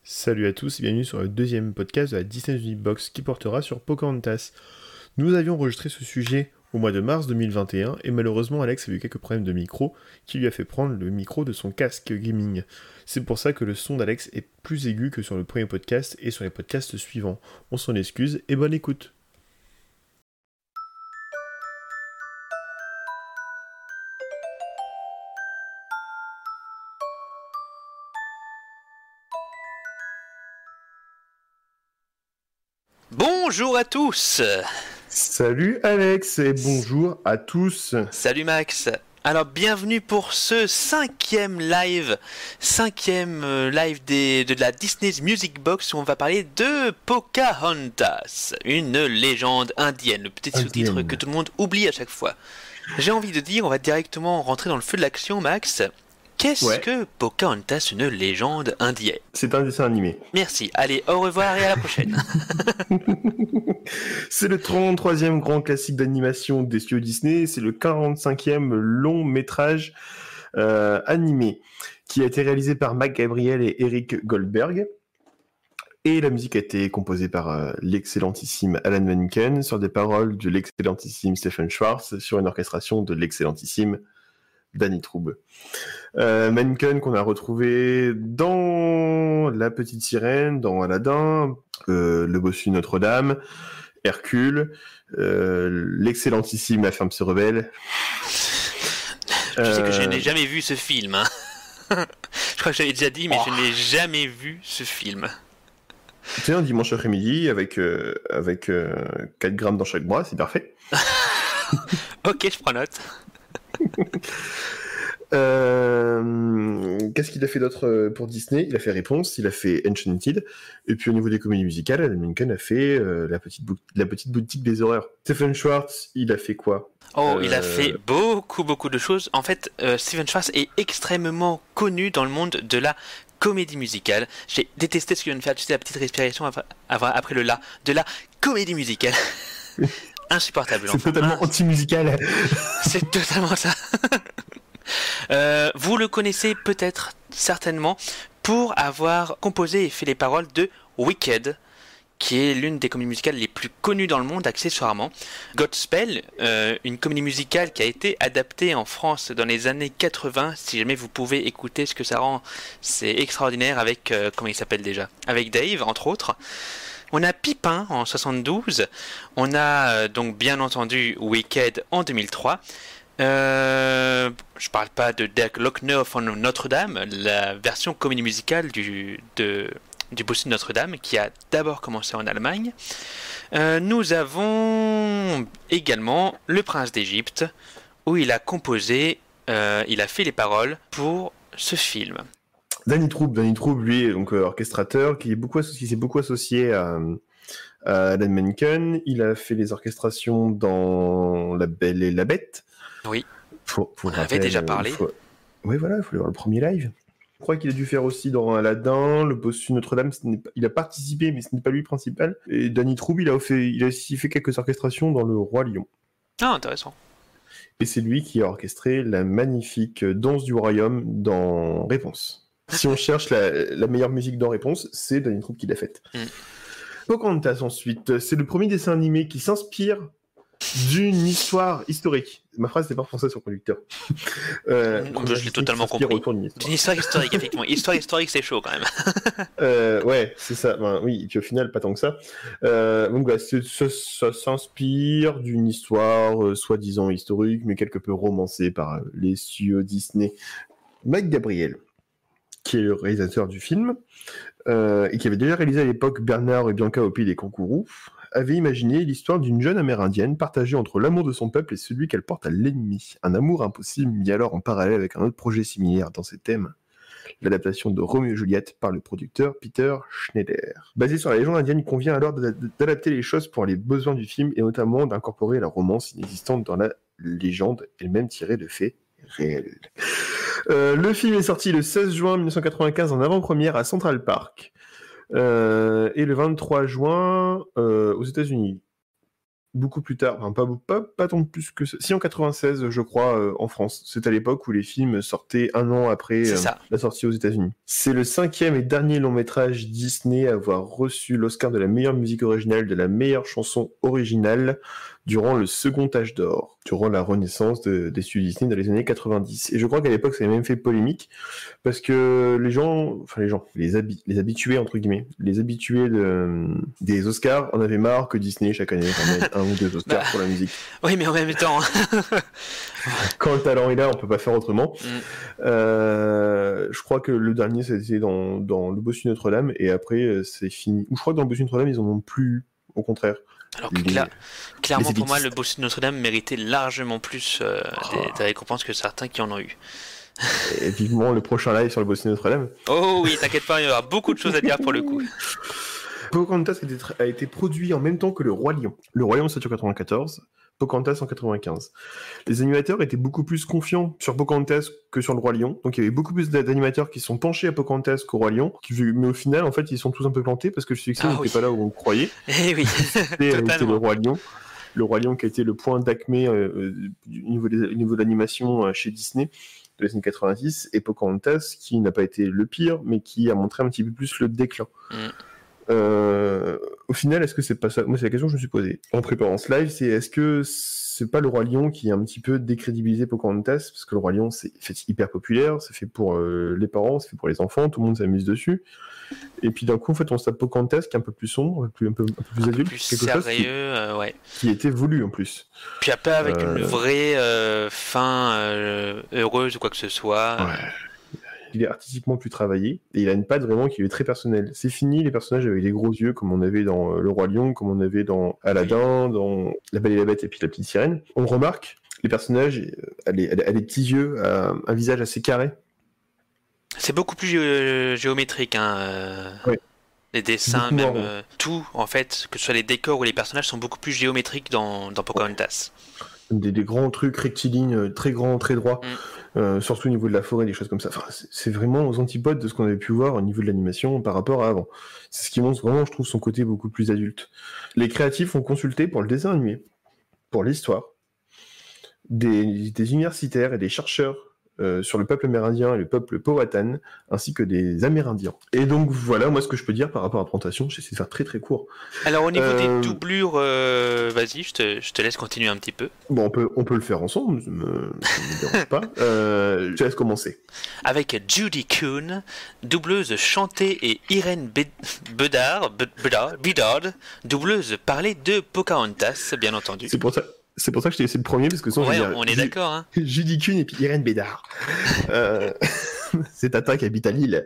Salut à tous et bienvenue sur le deuxième podcast de la Disney Music Box qui portera sur Pocahontas. Nous avions enregistré ce sujet au mois de mars 2021 et malheureusement Alex a eu quelques problèmes de micro qui lui a fait prendre le micro de son casque gaming. C'est pour ça que le son d'Alex est plus aigu que sur le premier podcast et sur les podcasts suivants. On s'en excuse et bonne écoute. Bonjour à tous. Salut Alex et bonjour à tous. Salut Max. Alors bienvenue pour ce cinquième live de la Disney Music Box où on va parler de Pocahontas, une légende indienne, le petit sous-titre que tout le monde oublie à chaque fois. J'ai envie de dire, on va directement rentrer dans le feu de l'action, Max. Qu'est-ce que Pocahontas, une légende indienne? C'est un dessin animé. Merci, allez, au revoir et à la prochaine. C'est le 33e grand classique d'animation des studios Disney, c'est le 45e long métrage animé qui a été réalisé par Mac Gabriel et Eric Goldberg. Et la musique a été composée par l'excellentissime Alan Menken sur des paroles de l'excellentissime Stephen Schwartz sur une orchestration de l'excellentissime Danny Troub. Menken qu'on a retrouvé dans La Petite Sirène, dans Aladdin, Le Bossu Notre-Dame, Hercule, l'excellentissime La Ferme se rebelle. Tu sais que je n'ai jamais vu ce film. Hein. Je crois que j'avais déjà dit, mais je n'ai jamais vu ce film. C'est un dimanche après-midi avec 4 grammes dans chaque bras, c'est parfait. Ok, je prends note. Qu'est-ce qu'il a fait d'autre pour Disney? Il a fait Réponse, il a fait Enchanted, et puis au niveau des comédies musicales, Alan Menken a fait la petite boutique des horreurs. Stephen Schwartz, il a fait quoi? Il a fait beaucoup de choses. En fait, Stephen Schwartz est extrêmement connu dans le monde de la comédie musicale. J'ai détesté ce qu'il vient de faire, tu sais, la petite respiration après le la, de la comédie musicale. Insupportable. C'est totalement anti-musical. C'est totalement ça. Vous le connaissez peut-être, certainement, pour avoir composé et fait les paroles de Wicked, qui est l'une des comédies musicales les plus connues dans le monde, accessoirement. Godspell, une comédie musicale qui a été adaptée en France dans les années 80. Si jamais vous pouvez écouter ce que ça rend, c'est extraordinaire avec, comment il s'appelle déjà? Avec Dave, entre autres. On a Pipin en 72, on a donc bien entendu Wicked en 2003. Je parle pas de Dirk Lochner von Notre-Dame, la version comédie musicale du Bossu de Notre-Dame, qui a d'abord commencé en Allemagne. Nous avons également Le Prince d'Égypte, où il a composé, il a fait les paroles pour ce film. Danny Troub, lui, est donc orchestrateur, qui s'est beaucoup associé à Alan Menken. Il a fait les orchestrations dans La Belle et la Bête. Oui, on en avait déjà parlé. Oui, voilà, il faut aller voir le premier live. Je crois qu'il a dû faire aussi dans Aladdin, Le Bossu Notre-Dame. Il a participé, mais ce n'est pas lui le principal. Et Danny Troub, il a aussi fait quelques orchestrations dans Le Roi Lion. Ah, intéressant. Et c'est lui qui a orchestré la magnifique Danse du Royaume dans Réponse. Si on cherche la meilleure musique dans Réponse, c'est Danny Troub qui l'a faite. Pocahontas ensuite, c'est le premier dessin animé qui s'inspire d'une histoire historique. Ma phrase n'est pas française sur le conducteur. Je l'ai totalement compris. Une histoire historique, effectivement. Histoire historique, c'est chaud quand même. Ouais, c'est ça. Ben, oui, et puis au final, pas tant que ça. Donc voilà, ça s'inspire d'une histoire soi-disant historique, mais quelque peu romancée par les studios Disney. Mac Gabriel, qui est le réalisateur du film, et qui avait déjà réalisé à l'époque Bernard et Bianca au Pays des Kangourous, avait imaginé l'histoire d'une jeune amérindienne partagée entre l'amour de son peuple et celui qu'elle porte à l'ennemi. Un amour impossible mis alors en parallèle avec un autre projet similaire dans ces thèmes, l'adaptation de Roméo et Juliette par le producteur Peter Schneider. Basé sur la légende indienne, il convient alors d'adapter les choses pour les besoins du film et notamment d'incorporer la romance inexistante dans la légende, elle-même tirée de faits réels. Le film est sorti le 16 juin 1995 en avant-première à Central Park et le 23 juin aux États-Unis. beaucoup plus tard, enfin, pas tant plus que ça. Si, en 96, je crois, en France. C'est à l'époque où les films sortaient un an après la sortie aux États-Unis. C'est le 5e et dernier long métrage Disney à avoir reçu l'Oscar de la meilleure musique originale, de la meilleure chanson originale, durant le second âge d'or, durant la renaissance des studios Disney dans les années 90. Et je crois qu'à l'époque, ça avait même fait polémique, parce que les habitués, entre guillemets, les habitués des Oscars en avaient marre que Disney, chaque année, remette 1 ou 2 Oscars pour la musique. Oui, mais en même temps... Quand le talent est là, on peut pas faire autrement. Je crois que le dernier, c'était dans Le Bossu Notre-Dame, et après, c'est fini. Ou je crois que dans Le Bossu Notre-Dame, ils en ont plus, au contraire. Alors que clairement, pour moi, le Bossu Notre-Dame méritait largement plus des récompenses que certains qui en ont eu. Et vivement le prochain live sur le Bossu Notre-Dame. Oh oui, t'inquiète pas, il y aura beaucoup de choses à dire pour le coup. Pocahontas a été produit en même temps que Le Roi Lion. Le Roi Lion, c'est en 94, Pocahontas en 95. Les animateurs étaient beaucoup plus confiants sur Pocahontas que sur Le Roi Lion, donc il y avait beaucoup plus d'animateurs qui sont penchés à Pocahontas qu'au Roi Lion, mais au final, en fait, ils sont tous un peu plantés parce que le succès n'était pas là où on croyait. Eh oui, c'était Le Roi Lion. Le Roi Lion qui a été le point d'acmé au niveau de l'animation chez Disney de les années 90, et Pocahontas qui n'a pas été le pire, mais qui a montré un petit peu plus le déclin. Au final, est-ce que c'est pas ça? Moi, c'est la question que je me suis posée en préparant ce live, est-ce que c'est pas Le Roi Lion qui a un petit peu décrédibilisé Pocahontas, parce que Le Roi Lion, c'est hyper populaire, c'est fait pour les parents, c'est fait pour les enfants, tout le monde s'amuse dessus. Et puis d'un coup, en fait, on se tape Pocahontas qui est un peu plus sombre, un peu plus adulte, plus quelque sérieux, chose qui était voulu en plus. Puis après, avec une vraie fin heureuse ou quoi que ce soit. Il est artistiquement plus travaillé, et il a une patte vraiment qui est très personnelle. C'est fini les personnages avec des gros yeux, comme on avait dans Le Roi Lion, comme on avait dans Aladdin, dans La Belle et la Bête et puis La Petite Sirène. On remarque, les personnages, elle a des petits yeux, un visage assez carré. C'est beaucoup plus géométrique, Les dessins, même tout, en fait, que ce soit les décors ou les personnages, sont beaucoup plus géométriques dans Pocahontas. Des grands trucs rectilignes, très grands, très droits, surtout au niveau de la forêt, des choses comme ça. Enfin, c'est vraiment aux antipodes de ce qu'on avait pu voir au niveau de l'animation par rapport à avant. C'est ce qui montre vraiment, je trouve, son côté beaucoup plus adulte. Les créatifs ont consulté pour le dessin animé, pour l'histoire, des universitaires et des chercheurs sur le peuple amérindien et le peuple Powhatan, ainsi que des Amérindiens. Et donc voilà, moi ce que je peux dire par rapport à la présentation, j'essaie de faire très très court. Alors au niveau des doublures, vas-y, je te laisse continuer un petit peu. Bon, on peut le faire ensemble, ça me dérange pas. Je te laisse commencer. Avec Judy Kuhn, doubleuse chantée, et Irène Bedard, doubleuse parlée de Pocahontas, bien entendu. C'est pour ça que je t'ai laissé le premier, parce que sinon on est d'accord, hein. Judy Kuhn et puis Irène Bédard. C'est Tata qui habite à Lille.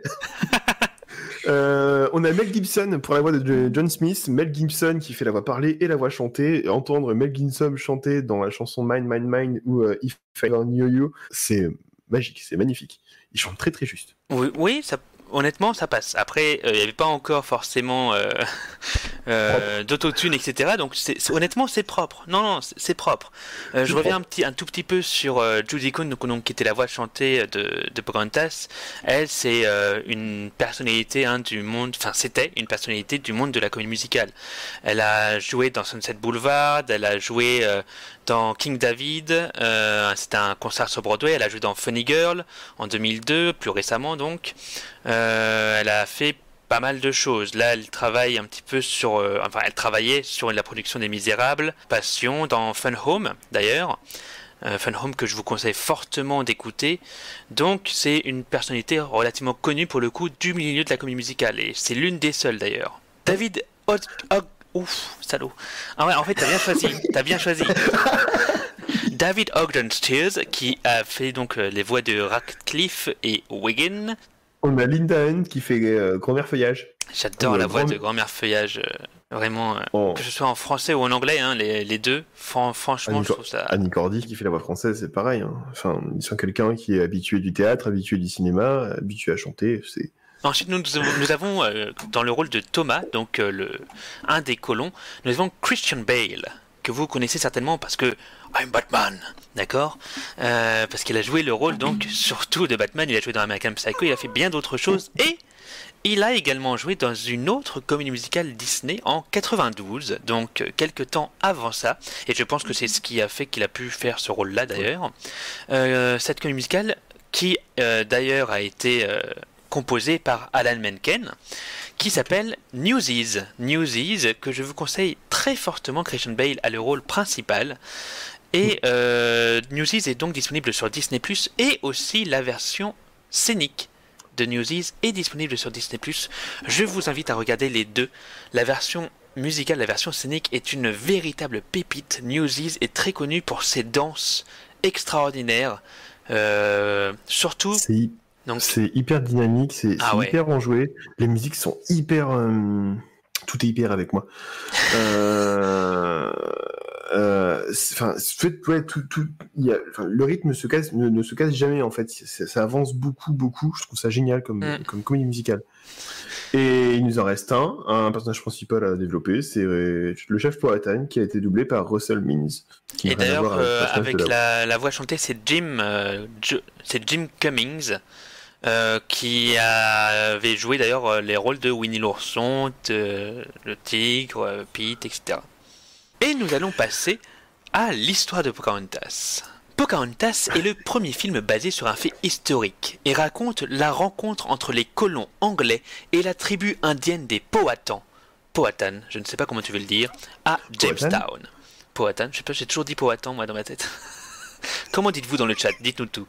On a Mel Gibson pour la voix de John Smith. Mel Gibson qui fait la voix parlée et la voix chantée. Et entendre Mel Gibson chanter dans la chanson Mine, Mine, Mine ou If I Knew You, c'est magique, c'est magnifique. Il chante très très juste. Oui, honnêtement, ça passe. Après, il n'y avait pas encore forcément d'autotune, etc. Donc, honnêtement, c'est propre. Non, c'est propre. Je reviens un tout petit peu sur Judy Kuhn, donc, qui était la voix chantée de Pocahontas. Elle, c'est une personnalité du monde. Enfin, c'était une personnalité du monde de la comédie musicale. Elle a joué dans Sunset Boulevard. Elle a joué dans King David. C'était un concert sur Broadway. Elle a joué dans Funny Girl en 2002, plus récemment donc. Elle a fait pas mal de choses. Là, elle travaille un petit peu elle travaillait sur la production des Misérables, Passion, dans Fun Home d'ailleurs. Fun Home que je vous conseille fortement d'écouter. Donc, c'est une personnalité relativement connue pour le coup du milieu de la comédie musicale, et c'est l'une des seules d'ailleurs. David Ouf, salaud. Ah ouais, en fait, t'as bien choisi. David Ogden Stiers, qui a fait donc les voix de Radcliffe et Wiggin. On a Linda Hunt qui fait Grand-mère Feuillage. J'adore la voix de Grand-mère Feuillage, vraiment, que ce soit en français ou en anglais, les deux. Franchement, je trouve ça... Annie Cordy qui fait la voix française, c'est pareil. Hein. Enfin, ils sont quelqu'un qui est habitué du théâtre, habitué du cinéma, habitué à chanter, c'est... Ensuite, nous avons dans le rôle de Thomas, donc un des colons, nous avons Christian Bale, que vous connaissez certainement parce que I'm Batman, d'accord, parce qu'il a joué le rôle donc surtout de Batman. Il a joué dans American Psycho, il a fait bien d'autres choses, et Il a également joué dans une autre comédie musicale Disney en 92, donc quelques temps avant ça, et je pense que c'est ce qui a fait qu'il a pu faire ce rôle-là d'ailleurs. Cette comédie musicale qui d'ailleurs a été composée par Alan Menken, qui s'appelle Newsies. Newsies, que je vous conseille très fortement. Christian Bale a le rôle principal. Et Newsies est donc disponible sur Disney+, et aussi la version scénique de Newsies est disponible sur Disney+. Je vous invite à regarder les deux. La version musicale, la version scénique est une véritable pépite. Newsies est très connu pour ses danses extraordinaires. Surtout... C'est hyper dynamique, c'est hyper enjoué. Les musiques sont hyper... Tout est hyper avec moi. Le rythme ne se casse jamais en fait. Ça avance beaucoup. Je trouve ça génial comme comédie musicale. Et il nous en reste un personnage principal à développer, c'est le chef Powhatan qui a été doublé par Russell Means. Et d'ailleurs, avec la voix chantée, c'est Jim Cummings. Qui avait joué d'ailleurs les rôles de Winnie l'ourson, le tigre, Pete, etc. Et nous allons passer à l'histoire de Pocahontas. Pocahontas est le premier film basé sur un fait historique et raconte la rencontre entre les colons anglais et la tribu indienne des Powhatan, je ne sais pas comment tu veux le dire, à Jamestown. Powhatan, je sais pas, j'ai toujours dit Powhatan moi dans ma tête. Comment dites-vous dans le chat? Dites-nous tout.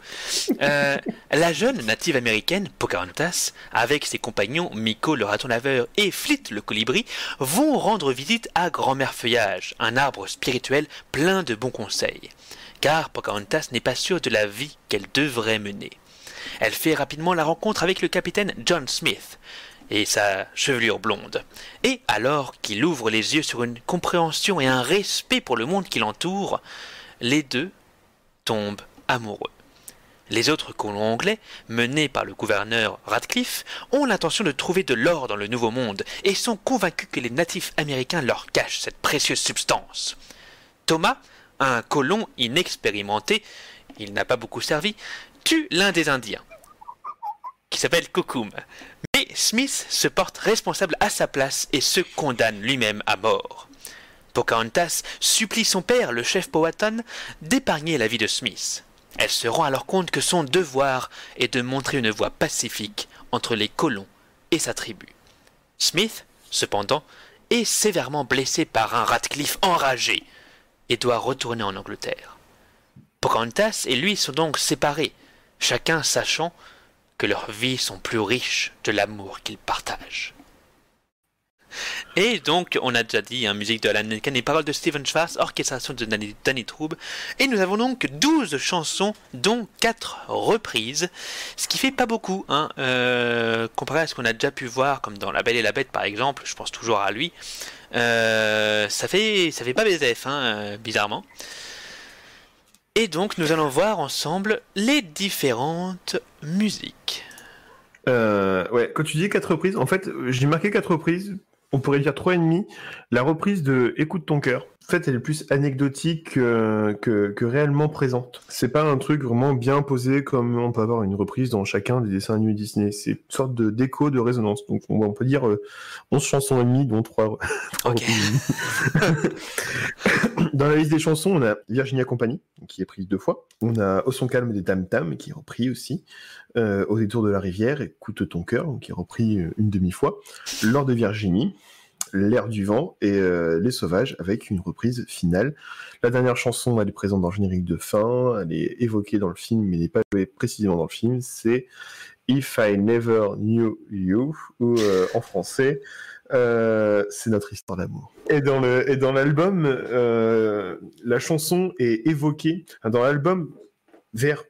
La jeune native américaine, Pocahontas, avec ses compagnons Miko le raton laveur et Flit le colibri, vont rendre visite à Grand-Mère Feuillage, un arbre spirituel plein de bons conseils. Car Pocahontas n'est pas sûre de la vie qu'elle devrait mener. Elle fait rapidement la rencontre avec le capitaine John Smith et sa chevelure blonde. Et alors qu'il ouvre les yeux sur une compréhension et un respect pour le monde qui l'entoure, les deux tombent amoureux. Les autres colons anglais, menés par le gouverneur Radcliffe, ont l'intention de trouver de l'or dans le Nouveau Monde et sont convaincus que les natifs américains leur cachent cette précieuse substance. Thomas, un colon inexpérimenté, il n'a pas beaucoup servi, tue l'un des Indiens, qui s'appelle Kokoum. Mais Smith se porte responsable à sa place et se condamne lui-même à mort. Pocahontas supplie son père, le chef Powhatan, d'épargner la vie de Smith. Elle se rend alors compte que son devoir est de montrer une voie pacifique entre les colons et sa tribu. Smith, cependant, est sévèrement blessé par un Radcliffe enragé et doit retourner en Angleterre. Pocahontas et lui sont donc séparés, chacun sachant que leurs vies sont plus riches de l'amour qu'ils partagent. Et donc, on a déjà dit, musique de Alan Menken et paroles de Stephen Schwartz, orchestration de Danny Troub. Et nous avons donc 12 chansons, dont 4 reprises, ce qui fait pas beaucoup, comparé à ce qu'on a déjà pu voir, comme dans La Belle et la Bête par exemple, je pense toujours à lui. Ça fait pas BZF, bizarrement. Et donc, nous allons voir ensemble les différentes musiques. Quand tu dis 4 reprises, en fait, j'ai marqué 4 reprises. On pourrait dire 3,5. La reprise de Écoute ton cœur, en fait, elle est plus anecdotique que réellement présente. C'est pas un truc vraiment bien posé comme on peut avoir une reprise dans chacun des dessins animés Disney. C'est une sorte d'écho, de résonance. Donc, on peut dire 11 chansons et demie, dont 3 Ok. Dans la liste des chansons, on a Virginia Company, qui est prise 2 fois. On a Au son calme des Tam Tam, qui est repris aussi. Au détour de la rivière, Écoute ton cœur, qui est repris une demi-fois. L'or de Virginie, L'air du vent et Les sauvages, avec une reprise finale. La dernière chanson, elle est présente dans le générique de fin, elle est évoquée dans le film, mais n'est pas jouée précisément dans le film, c'est If I Never Knew You, ou en français, c'est notre histoire d'amour. Et dans l'album, la chanson est évoquée, dans l'album, vers...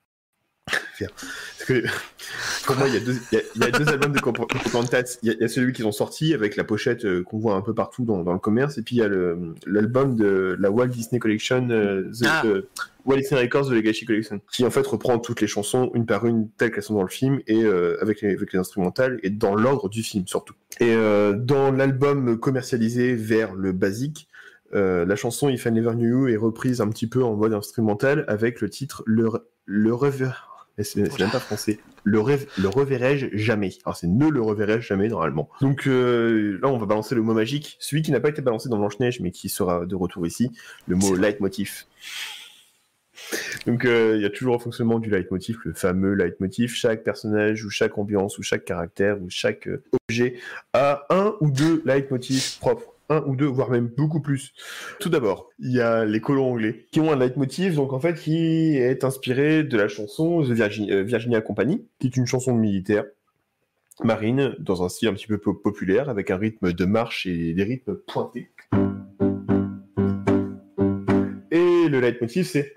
Parce que pour moi, il y a deux albums de Pocahontas. Il y a celui qu'ils ont sorti avec la pochette qu'on voit un peu partout dans le commerce, et puis il y a l'album de la Walt Disney Collection, Walt Disney Records The Legacy Collection, qui en fait reprend toutes les chansons une par une telles qu'elles sont dans le film et avec les instrumentales et dans l'ordre du film surtout. Et dans l'album commercialisé vers le basique, la chanson If I Never Knew You est reprise un petit peu en mode instrumental avec le titre Le rêveur Et c'est même pas français. Le reverrai-je jamais. Alors c'est ne le reverrai-je jamais normalement. Donc là on va balancer le mot magique, celui qui n'a pas été balancé dans Blanche-Neige mais qui sera de retour ici, le mot leitmotiv. Donc il y a toujours un fonctionnement du leitmotiv, le fameux leitmotiv. Chaque personnage ou chaque ambiance ou chaque caractère ou chaque objet a un ou deux leitmotifs propres. Un ou deux, voire même beaucoup plus. Tout d'abord, il y a les colons anglais qui ont un leitmotiv, donc en fait, qui est inspiré de la chanson The Virginia Company, qui est une chanson de militaire marine, dans un style un petit peu populaire, avec un rythme de marche et des rythmes pointés. Et le leitmotiv, c'est...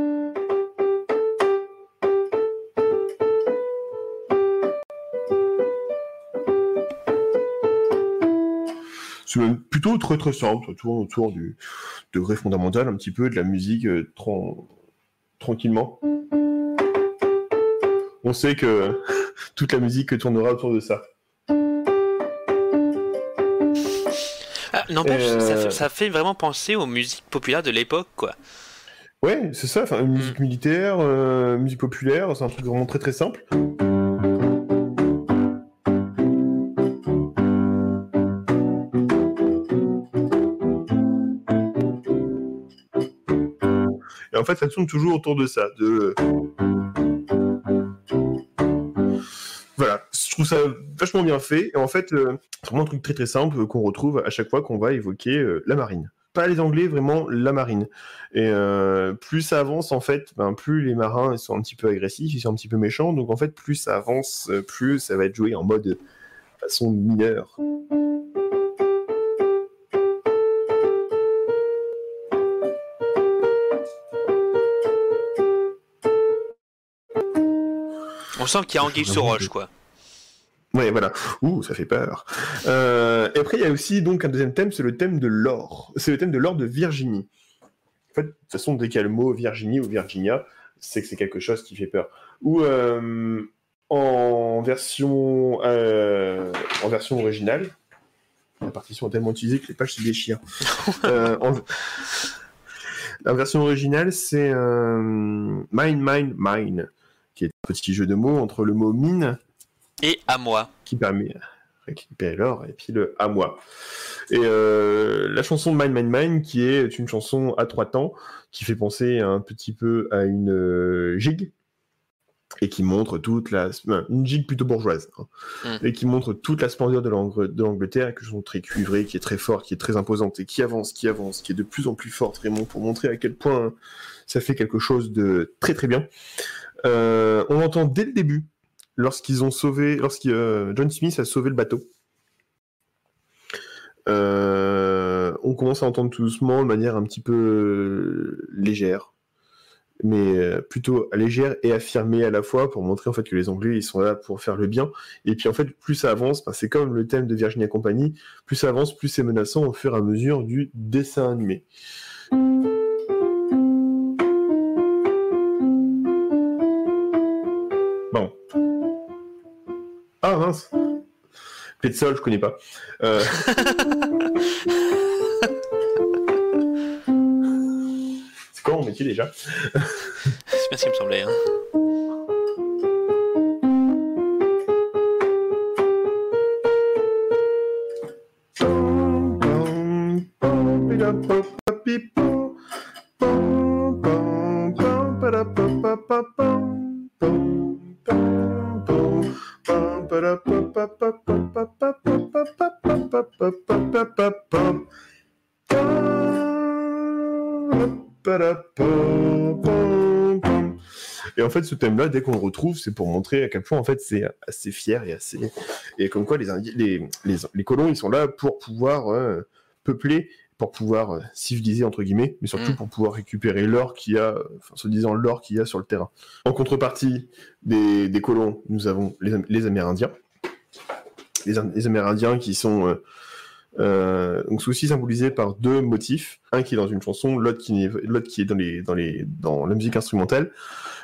C'est plutôt très très simple, ça tourne autour du degré fondamental, un petit peu de la musique tranquillement. On sait que toute la musique tournera autour de ça. N'empêche, ça fait vraiment penser aux musiques populaires de l'époque, quoi. Ouais, c'est ça, enfin, musique militaire, musique populaire, c'est un truc vraiment très très simple. Et en fait, ça tourne toujours autour de ça. Voilà, je trouve ça vachement bien fait. Et en fait, c'est vraiment un truc très très simple qu'on retrouve à chaque fois qu'on va évoquer la marine. Pas les Anglais, vraiment la marine. Et plus ça avance, en fait, plus les marins ils sont un petit peu agressifs, ils sont un petit peu méchants. Donc en fait, plus ça avance, plus ça va être joué en mode façon mineure. On sent qu'il y a anguille sous roche, quoi. Ouais, voilà. Ouh, ça fait peur. Et après, il y a aussi donc un deuxième thème, c'est le thème de l'or. C'est le thème de l'or de Virginie. En fait, de toute façon, dès qu'il y a le mot Virginie ou Virginia, c'est que c'est quelque chose qui fait peur. Ou en version originale, la partition est tellement utilisée que les pages se déchirent. La version originale, c'est mine, qui est un petit jeu de mots entre le mot mine et à moi, qui permet de récupérer l'or, et puis le à moi. Et la chanson de Mine, qui est une chanson à 3 temps, qui fait penser un petit peu à une gigue, et qui montre une gigue plutôt bourgeoise, et qui montre toute la splendeur de l'Angleterre, que sont très cuivrée, qui est très forte, qui est très imposante, et qui avance, qui est de plus en plus forte, vraiment, pour montrer à quel point ça fait quelque chose de très très bien. On entend dès le début, lorsque John Smith a sauvé le bateau, on commence à entendre tout doucement de manière un petit peu légère, mais plutôt légère et affirmée à la fois, pour montrer en fait que les Anglais ils sont là pour faire le bien. Et puis en fait, plus ça avance, c'est comme le thème de Virginia Company, plus ça avance, plus c'est menaçant au fur et à mesure du dessin animé. Bon. Ah mince. Clé de sol, je connais pas. C'est quoi mon métier déjà? C'est bien ce qui me semblait. Et en fait, ce thème-là, dès qu'on le retrouve, c'est pour montrer à quel point en fait c'est assez fier et comme quoi les colons, ils sont là pour pouvoir peupler, pour pouvoir civiliser entre guillemets, mais surtout pour pouvoir récupérer l'or qu'il y a, soi-disant l'or qu'il y a sur le terrain. En contrepartie des colons, nous avons les Amérindiens. Les Amérindiens qui sont donc c'est aussi symbolisé par 2 motifs, un qui est dans une chanson, l'autre qui est dans la musique instrumentale.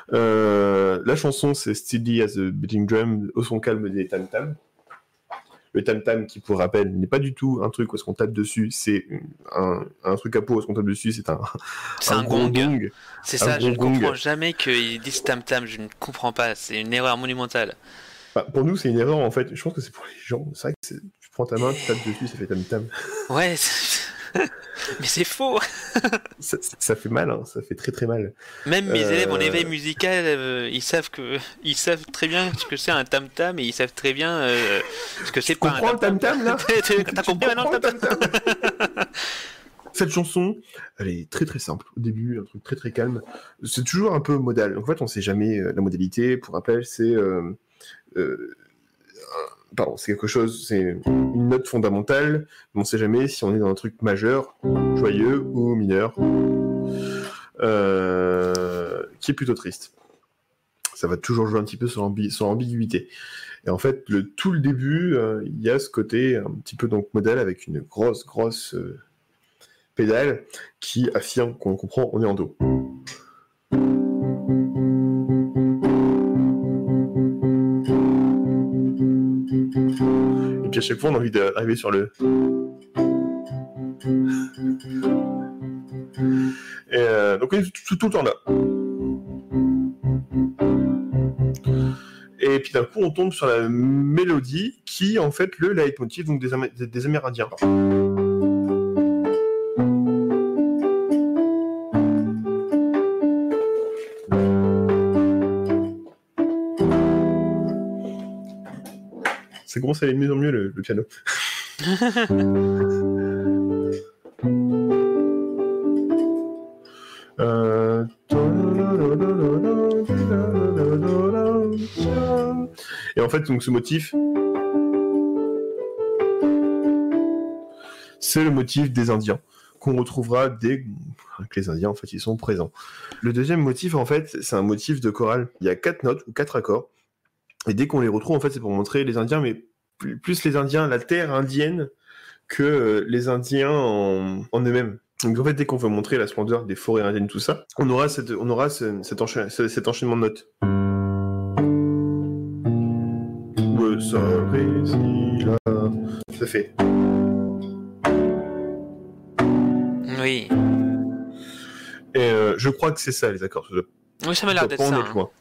La chanson c'est Steady as a Beating Drum, au son calme des tam-tams. Le tam-tam, qui pour rappel n'est pas du tout un truc où est-ce qu'on tape dessus, c'est un truc à peau où est-ce qu'on tape dessus, c'est un gros gong. C'est ça, je ne gong. comprends jamais qu'ils disent tam-tam, je ne comprends pas, c'est une erreur monumentale. Bah, pour nous, c'est une erreur en fait. Je pense que c'est pour les gens. C'est vrai que tu prends ta main, tu tapes dessus, ça fait tam-tam. Ouais, mais c'est faux. Ça fait mal, hein. Ça fait très très mal. Même mes élèves en éveil musical, ils savent très bien ce que c'est un tam-tam et ils savent très bien ce que c'est pas un tam-tam. Tu comprends le tam-tam là T'as compris maintenant le tam-tam? Cette chanson, elle est très très simple. Au début, un truc très très calme. C'est toujours un peu modal. En fait, on sait jamais la modalité. Pour rappel, c'est c'est quelque chose, c'est une note fondamentale, mais on sait jamais si on est dans un truc majeur, joyeux ou mineur, qui est plutôt triste. Ça va toujours jouer un petit peu sur l'ambiguïté. Et en fait, tout le début, il y a ce côté un petit peu donc modal avec une grosse pédale qui affirme qu'on comprend, on est en do. Et puis à chaque fois, on a envie d'arriver sur le... Et donc on est tout le temps là. Et puis d'un coup, on tombe sur la mélodie qui est en fait le leitmotiv donc des Amérindiens. Ça commence à aller de mieux en mieux le piano. Et en fait, donc ce motif, c'est le motif des Indiens qu'on retrouvera dès que les Indiens en fait ils sont présents. Le deuxième motif en fait, c'est un motif de chorale. Il y a 4 notes ou 4 accords. Et dès qu'on les retrouve, en fait, c'est pour montrer les Indiens, mais plus les Indiens, la terre indienne, que les Indiens en eux-mêmes. Donc en fait, dès qu'on veut montrer la splendeur des forêts indiennes, tout ça, on aura cet enchaînement de notes. Le sol résille là. Ça fait. Oui. Et je crois que c'est ça les accords. Oui, ça m'a l'air d'être ça.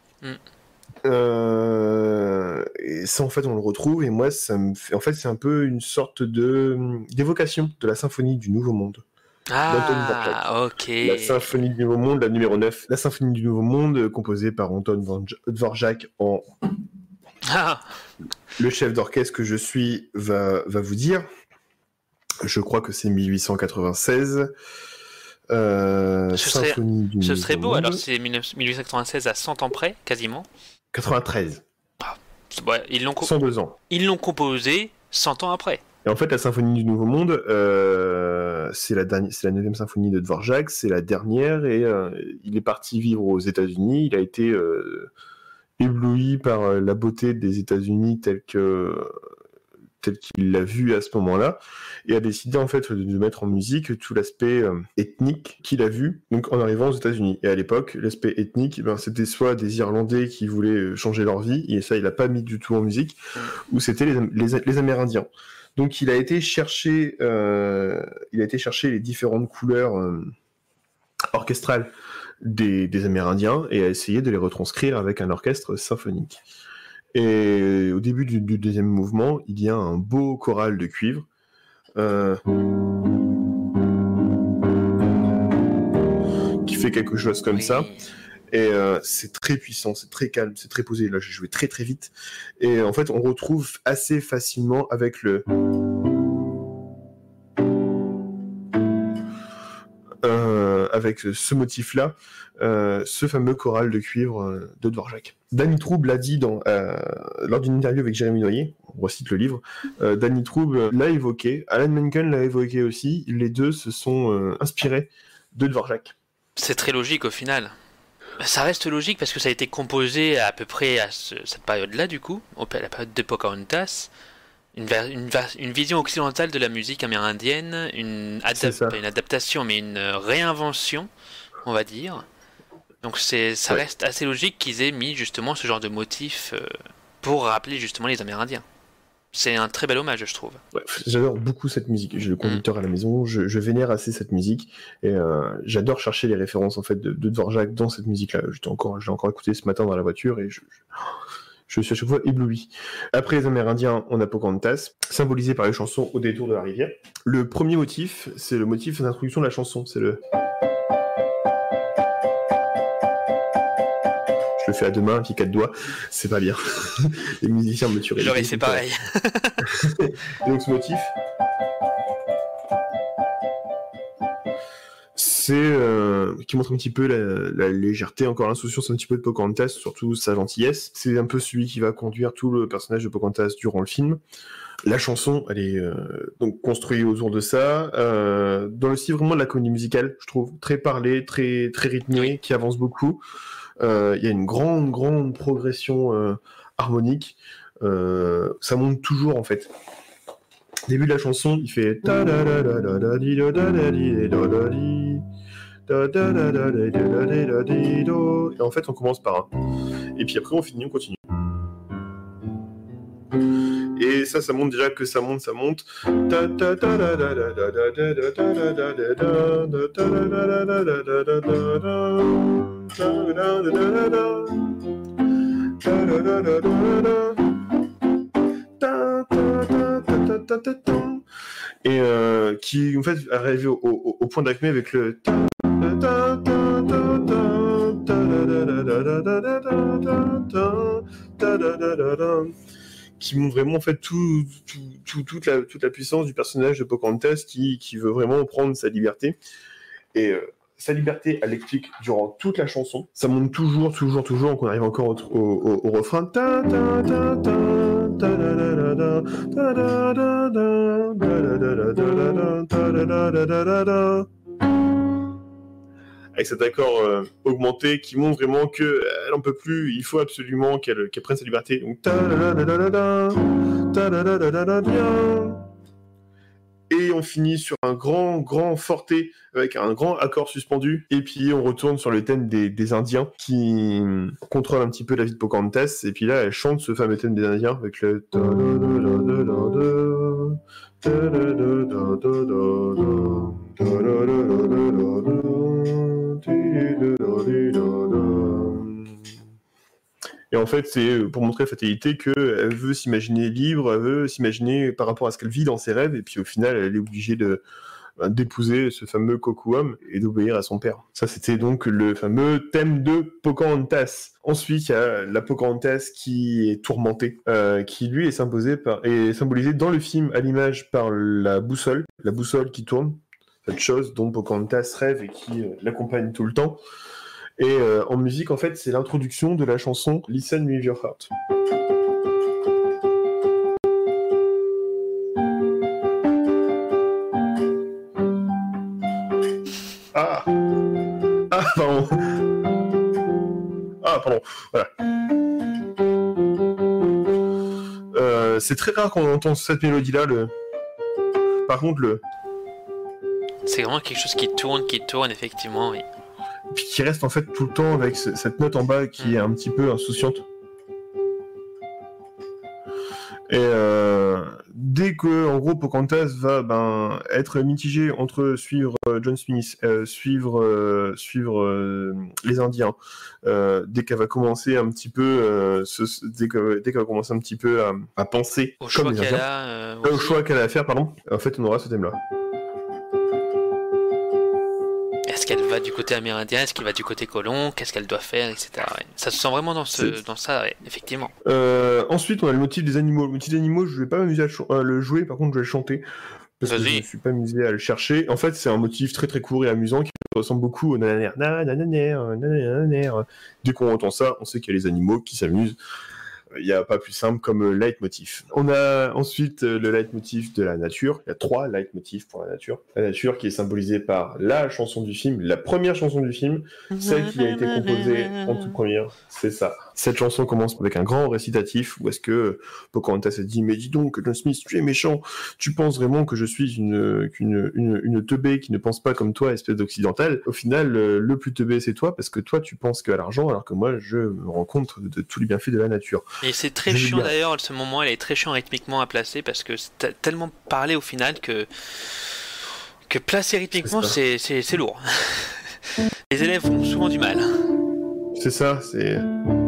Et ça, en fait, on le retrouve, et moi, ça me fait... En fait, c'est un peu une sorte d'évocation de la symphonie du Nouveau Monde. Ah, ok. La symphonie du Nouveau Monde, la numéro 9. La symphonie du Nouveau Monde, composée par Anton Dvorak en... Ah. Le chef d'orchestre que je suis va vous dire. Je crois que c'est 1896. Ce serait beau, alors c'est 1896 à 100 ans près, quasiment. 93. Ah, ouais, 102 ans. Ils l'ont composé 100 ans après. Et en fait, la symphonie du Nouveau Monde, c'est la 9e symphonie de Dvorak, c'est la dernière, et il est parti vivre aux États-Unis. Il a été ébloui par la beauté des États-Unis tel qu'il l'a vu à ce moment-là, et a décidé en fait de mettre en musique tout l'aspect ethnique qu'il a vu donc en arrivant aux États-Unis. Et à l'époque, l'aspect ethnique, c'était soit des Irlandais qui voulaient changer leur vie, et ça il a pas mis du tout en musique, ou c'était les Amérindiens. Donc il a été chercher les différentes couleurs orchestrales des Amérindiens et a essayé de les retranscrire avec un orchestre symphonique. Et au début du deuxième mouvement, il y a un beau choral de cuivre. Qui fait quelque chose comme ça. Et c'est très puissant, c'est très calme, c'est très posé. Là, j'ai joué très très vite. Et en fait, on retrouve assez facilement avec avec ce motif-là, ce fameux choral de cuivre de Dvorak. Danny Troub l'a dit lors d'une interview avec Jérémy Noyer, on recite le livre, Danny Troub l'a évoqué, Alan Menken l'a évoqué aussi, les deux se sont inspirés de Dvorak. C'est très logique au final. Ça reste logique parce que ça a été composé à peu près à cette période-là du coup, à la période de Pocahontas. Une vision occidentale de la musique amérindienne, pas une adaptation, mais une réinvention, on va dire. Donc ça reste assez logique qu'ils aient mis justement ce genre de motif pour rappeler justement les Amérindiens. c'est un très bel hommage, je trouve. Ouais, j'adore beaucoup cette musique. J'ai le conducteur à la maison, je vénère assez cette musique et j'adore chercher les références en fait de Dvorak dans cette musique-là. Je l'ai encore écouté ce matin dans la voiture et je suis à chaque fois ébloui. Après les Amérindiens, on a Pocahontas, symbolisé par les chansons au détour de la rivière. Le premier motif, c'est le motif d'introduction de la chanson, c'est le... Je le fais à deux mains, puis quatre doigts, c'est pas bien. Les musiciens me tueraient. J'aurais fait pareil. Et donc ce motif, c'est qui montre un petit peu la légèreté, encore l'insouciance un petit peu de Pocahontas, surtout sa gentillesse. C'est un peu celui qui va conduire tout le personnage de Pocahontas durant le film. La chanson, elle est donc construite autour de ça, dans le style vraiment de la comédie musicale, je trouve, très parlée, très rythmée, qui avance beaucoup. Il y a une grande progression harmonique. Ça monte toujours en fait. Début de la chanson, il fait et en fait on commence par un. Et puis après on continue. Et ça montre déjà que ça monte. Et qui en fait arrive au point d'acmé avec le qui montre vraiment en fait toute la puissance du personnage de Pocahontas qui veut vraiment prendre sa liberté et sa liberté elle l'explique durant toute la chanson. Ça monte toujours qu'on arrive encore au refrain avec cet accord augmenté qui montre vraiment qu'elle n'en peut plus, il faut absolument qu'elle prenne sa liberté. Donc, et on finit sur un grand forté avec un grand accord suspendu. Et puis on retourne sur le thème des Indiens qui contrôlent un petit peu la vie de Pocahontas. Et puis là, elle chante ce fameux thème des Indiens avec le... Et en fait, c'est pour montrer la fatalité qu'elle veut s'imaginer libre, elle veut s'imaginer par rapport à ce qu'elle vit dans ses rêves, et puis au final, elle est obligée d'épouser ce fameux Kocoum et d'obéir à son père. Ça, c'était donc le fameux thème de Pocahontas. Ensuite, il y a la Pocahontas qui est tourmentée, qui lui est symbolisée dans le film à l'image par la boussole qui tourne, cette chose dont Pocahontas rêve et qui l'accompagne tout le temps. Et en musique, en fait, c'est l'introduction de la chanson Listen with Your Heart. Pardon. Voilà. C'est très rare qu'on entende cette mélodie-là. Par contre, c'est vraiment quelque chose qui tourne, effectivement. Oui. Puis qui reste en fait tout le temps avec cette note en bas qui est un petit peu insouciante. Et dès que en gros Pocahontas va être mitigé entre suivre John Smith, suivre les Indiens, dès qu'elle va commencer un petit peu dès qu'elle va commencer un petit peu à penser au comme choix les Indiens, au choix qu'elle a à faire, pardon. En fait, on aura ce thème-là. Est-ce qu'elle va du côté amérindien, est-ce qu'elle va du côté colon, qu'est-ce qu'elle doit faire, etc. Ouais. Ça se sent vraiment dans ça, ouais, effectivement. Ensuite, on a le motif des animaux. Le motif des animaux, je vais pas m'amuser à le jouer, par contre, je vais le chanter. Parce que je ne suis pas amusé à le chercher. En fait, c'est un motif très court et amusant qui ressemble beaucoup au nananer. Dès qu'on entend ça, on sait qu'il y a les animaux qui s'amusent. Il n'y a pas plus simple comme leitmotiv. On a ensuite le leitmotiv de la nature. Il y a 3 leitmotivs pour la nature. La nature qui est symbolisée par la chanson du film, la première chanson du film, celle qui a été composée en toute première, c'est ça. Cette chanson commence avec un grand récitatif où est-ce que Pocahontas a dit « Mais dis donc, John Smith, tu es méchant. Tu penses vraiment que je suis une teubée qui ne pense pas comme toi, espèce d'occidental. Au final, le plus teubé, c'est toi, parce que toi, tu penses qu'à l'argent, alors que moi, je me rends compte de tous les bienfaits de la nature. » Et c'est très chiant d'ailleurs, ce moment, elle est très chiant rythmiquement à placer, parce que c'est tellement parlé au final que placer rythmiquement, c'est lourd. Les élèves ont souvent du mal. C'est ça, c'est...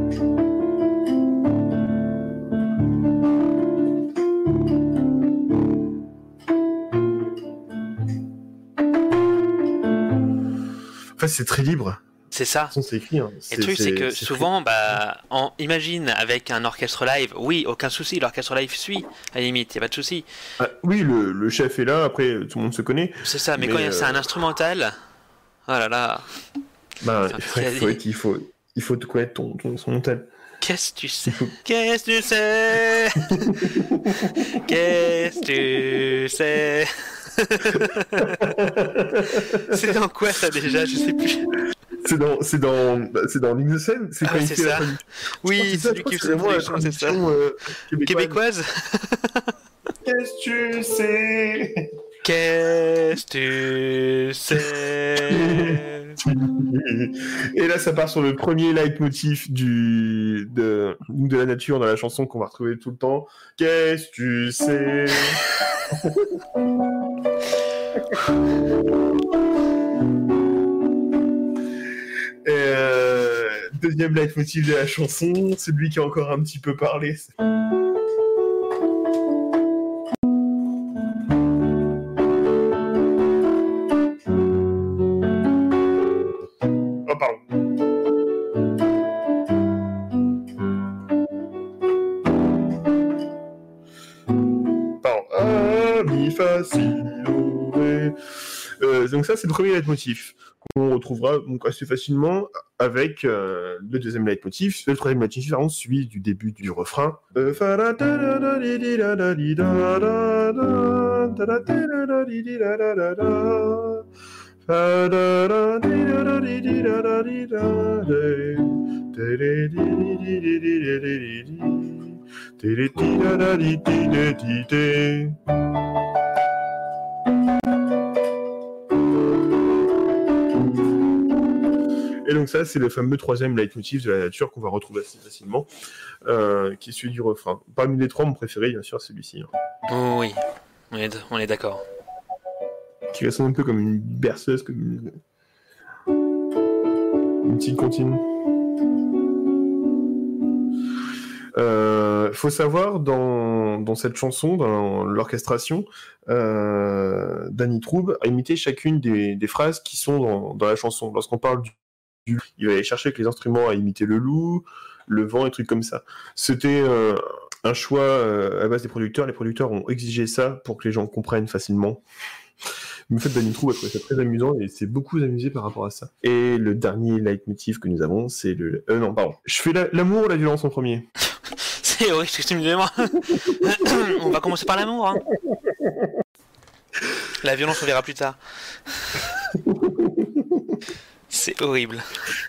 Enfin, c'est très libre. C'est ça. C'est écrit. Hein. Et le truc, c'est que souvent, imagine avec un orchestre live, oui, aucun souci, l'orchestre live suit, à la limite, il n'y a pas de souci. Ah, oui, le chef est là, après, tout le monde se connaît. C'est ça, mais quand c'est un instrumental, oh là là. Il faut te connaître ton instrumental. Qu'est-ce que tu sais? Qu'est-ce que tu sais? Qu'est-ce que tu sais? C'est dans quoi ça déjà? Je sais plus. C'est dans Ligue de scène. C'est c'est ça. Oui, c'est lui qui fait la production, c'est ça. Québécoise. Qu'est-ce que tu sais? Qu'est-ce que tu sais? Et là, ça part sur le premier leitmotiv de la nature dans la chanson qu'on va retrouver tout le temps. Qu'est-ce que tu sais? Deuxième leitmotiv de la chanson, celui qui a encore un petit peu parlé. Oh, pardon. Pardon. Ah, mi, fa, si, do, ré. Donc ça, c'est le premier leitmotiv qu'on retrouvera donc assez facilement avec le deuxième leitmotiv. Le troisième leitmotiv, celui du début du refrain. Et donc ça, c'est le fameux troisième leitmotiv de la nature qu'on va retrouver assez facilement, qui est celui du refrain. Parmi les trois, mon préféré, bien sûr, c'est celui-ci. Hein. Oh, oui, on est d'accord. Qui ressemble un peu comme une berceuse, comme une petite comptine. Faut savoir, dans cette chanson, dans l'orchestration, Danny Troub a imité chacune des phrases qui sont dans la chanson. Lorsqu'on parle il va aller chercher avec les instruments à imiter le loup, le vent et trucs comme ça. C'était un choix à base des producteurs. Les producteurs ont exigé ça pour que les gens comprennent facilement. Mais en fait, Danny Troub a trouvé ça très amusant et s'est beaucoup amusé par rapport à ça. Et le dernier leitmotiv que nous avons, c'est le... non, pardon. Je fais l'amour ou la violence en premier? C'est horrible ce que tu me demandes. On va commencer par l'amour. Hein. La violence, on verra plus tard. C'est horrible.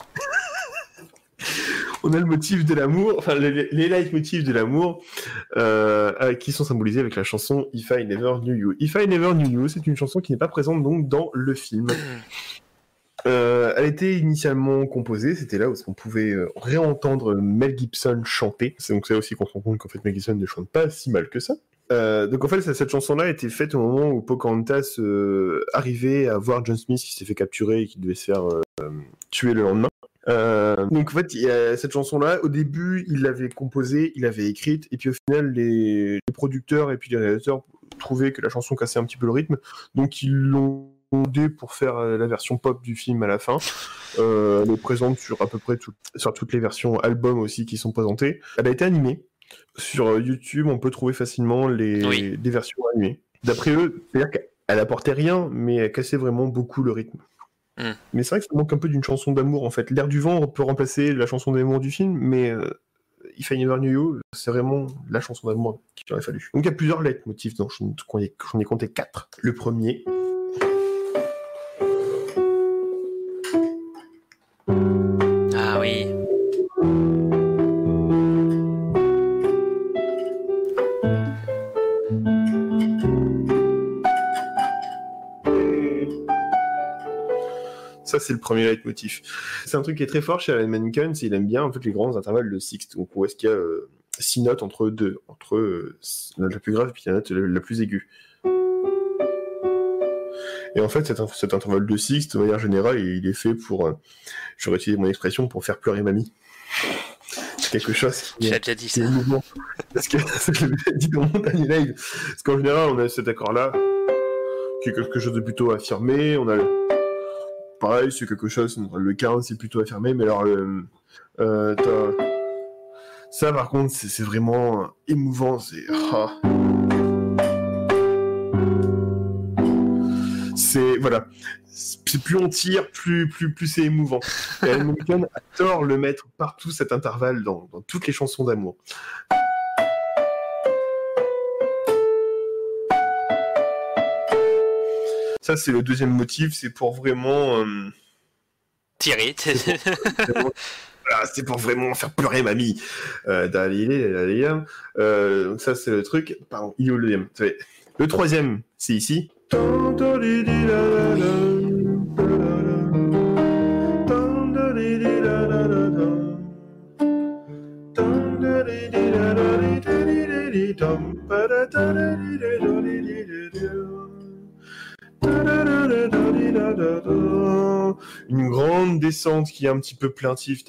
On a le motif de l'amour, enfin les leitmotifs de l'amour qui sont symbolisés avec la chanson If I Never Knew You. If I Never Knew You, c'est une chanson qui n'est pas présente donc dans le film. Elle était initialement composée, c'était là où on pouvait réentendre Mel Gibson chanter. C'est donc ça aussi qu'on se rend compte qu'en fait Mel Gibson ne chante pas si mal que ça. Donc en fait cette chanson-là a été faite au moment où Pocahontas arrivait à voir John Smith qui s'est fait capturer et qui devait se faire tuer le lendemain. Donc en fait cette chanson-là, au début il l'avait composée, il l'avait écrite, et puis au final les producteurs et puis les réalisateurs trouvaient que la chanson cassait un petit peu le rythme, donc ils l'ont demandé pour faire la version pop du film à la fin. Elle est présente sur à peu près sur toutes les versions albums aussi qui sont présentées. Elle a été animée. Sur YouTube, on peut trouver facilement des versions animées. D'après eux, c'est-à-dire qu'elle apportait rien, mais elle cassait vraiment beaucoup le rythme. Mais c'est vrai que ça manque un peu d'une chanson d'amour, en fait. L'air du vent peut remplacer la chanson d'amour du film, mais If I Never Knew You, c'est vraiment la chanson d'amour qu'il aurait fallu. Donc il y a plusieurs leitmotifs, donc j'en ai compté 4. Le premier... Ah oui. Ça, c'est le premier leitmotiv. C'est un truc qui est très fort chez Alan Menken, c'est qu'il aime bien en fait, les grands intervalles de sixte, donc où est-ce qu'il y a 6 notes entre la note la plus grave et puis la note la plus aiguë. Et en fait, cet intervalle de sixte, de manière générale, il est fait pour, j'aurais utilisé mon expression, pour faire pleurer mamie. C'est quelque chose qui J'ai déjà dit ça. est émouvant. Parce que je l'ai dit dans mon dernier live. Parce qu'en général, on a cet accord-là, qui est quelque chose de plutôt affirmé. On a pareil, c'est quelque chose, le 15, c'est plutôt affirmé, mais alors, ça, par contre, c'est vraiment émouvant. Voilà. C'est plus on tire, plus c'est émouvant. Et Alan Menken adore le mettre partout, cet intervalle, dans toutes les chansons d'amour. Ça, c'est le deuxième motif, c'est pour vraiment... Tirer. C'est pour vraiment faire pleurer mamie. Donc ça, c'est le truc. Pardon, il est où le deuxième? Le troisième, c'est ici. Une grande descente qui est un petit peu plaintive.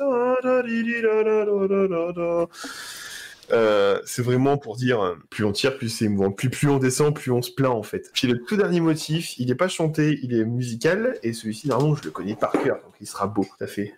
C'est vraiment pour dire plus on tire, plus c'est émouvant. Plus on descend, plus on se plaint en fait. Puis le tout dernier motif, il n'est pas chanté, il est musical, et celui-ci, normalement, je le connais par cœur, donc il sera beau. Ça fait.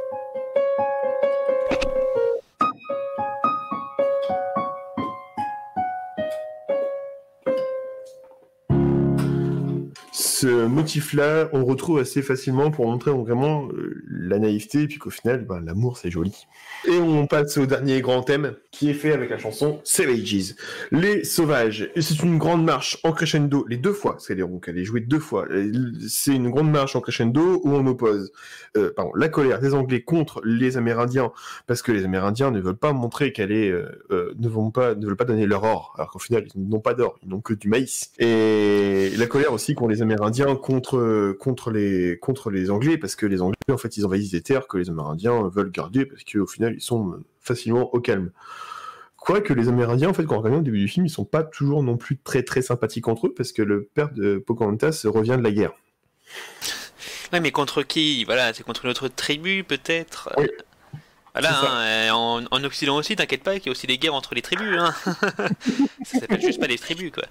Ce motif-là, on le retrouve assez facilement pour montrer vraiment la naïveté, et puis qu'au final, l'amour, c'est joli. Et on passe au dernier grand thème, qui est fait avec la chanson Savages. Les Sauvages. Et c'est une grande marche en crescendo, les deux fois, c'est-à-dire qu'elle est jouée deux fois. C'est une grande marche en crescendo où on oppose la colère des Anglais contre les Amérindiens, parce que les Amérindiens ne veulent pas montrer ne veulent pas donner leur or, alors qu'au final, ils n'ont pas d'or, ils n'ont que du maïs. Et la colère aussi contre les Amérindiens contre les Anglais, parce que les Anglais, en fait, ils envahissent des terres que les Amérindiens veulent garder, parce qu'au final, ils sont facilement au calme. Quoique les Amérindiens, en fait, quand on regarde au début du film, ils sont pas toujours non plus très très sympathiques entre eux, parce que le père de Pocahontas revient de la guerre. Ouais, mais contre qui? Voilà, c'est contre notre tribu, peut-être. Oui. Voilà, en Occident aussi, t'inquiète pas, qu'il y a aussi des guerres entre les tribus. Hein. Ça s'appelle juste pas des tribus, quoi.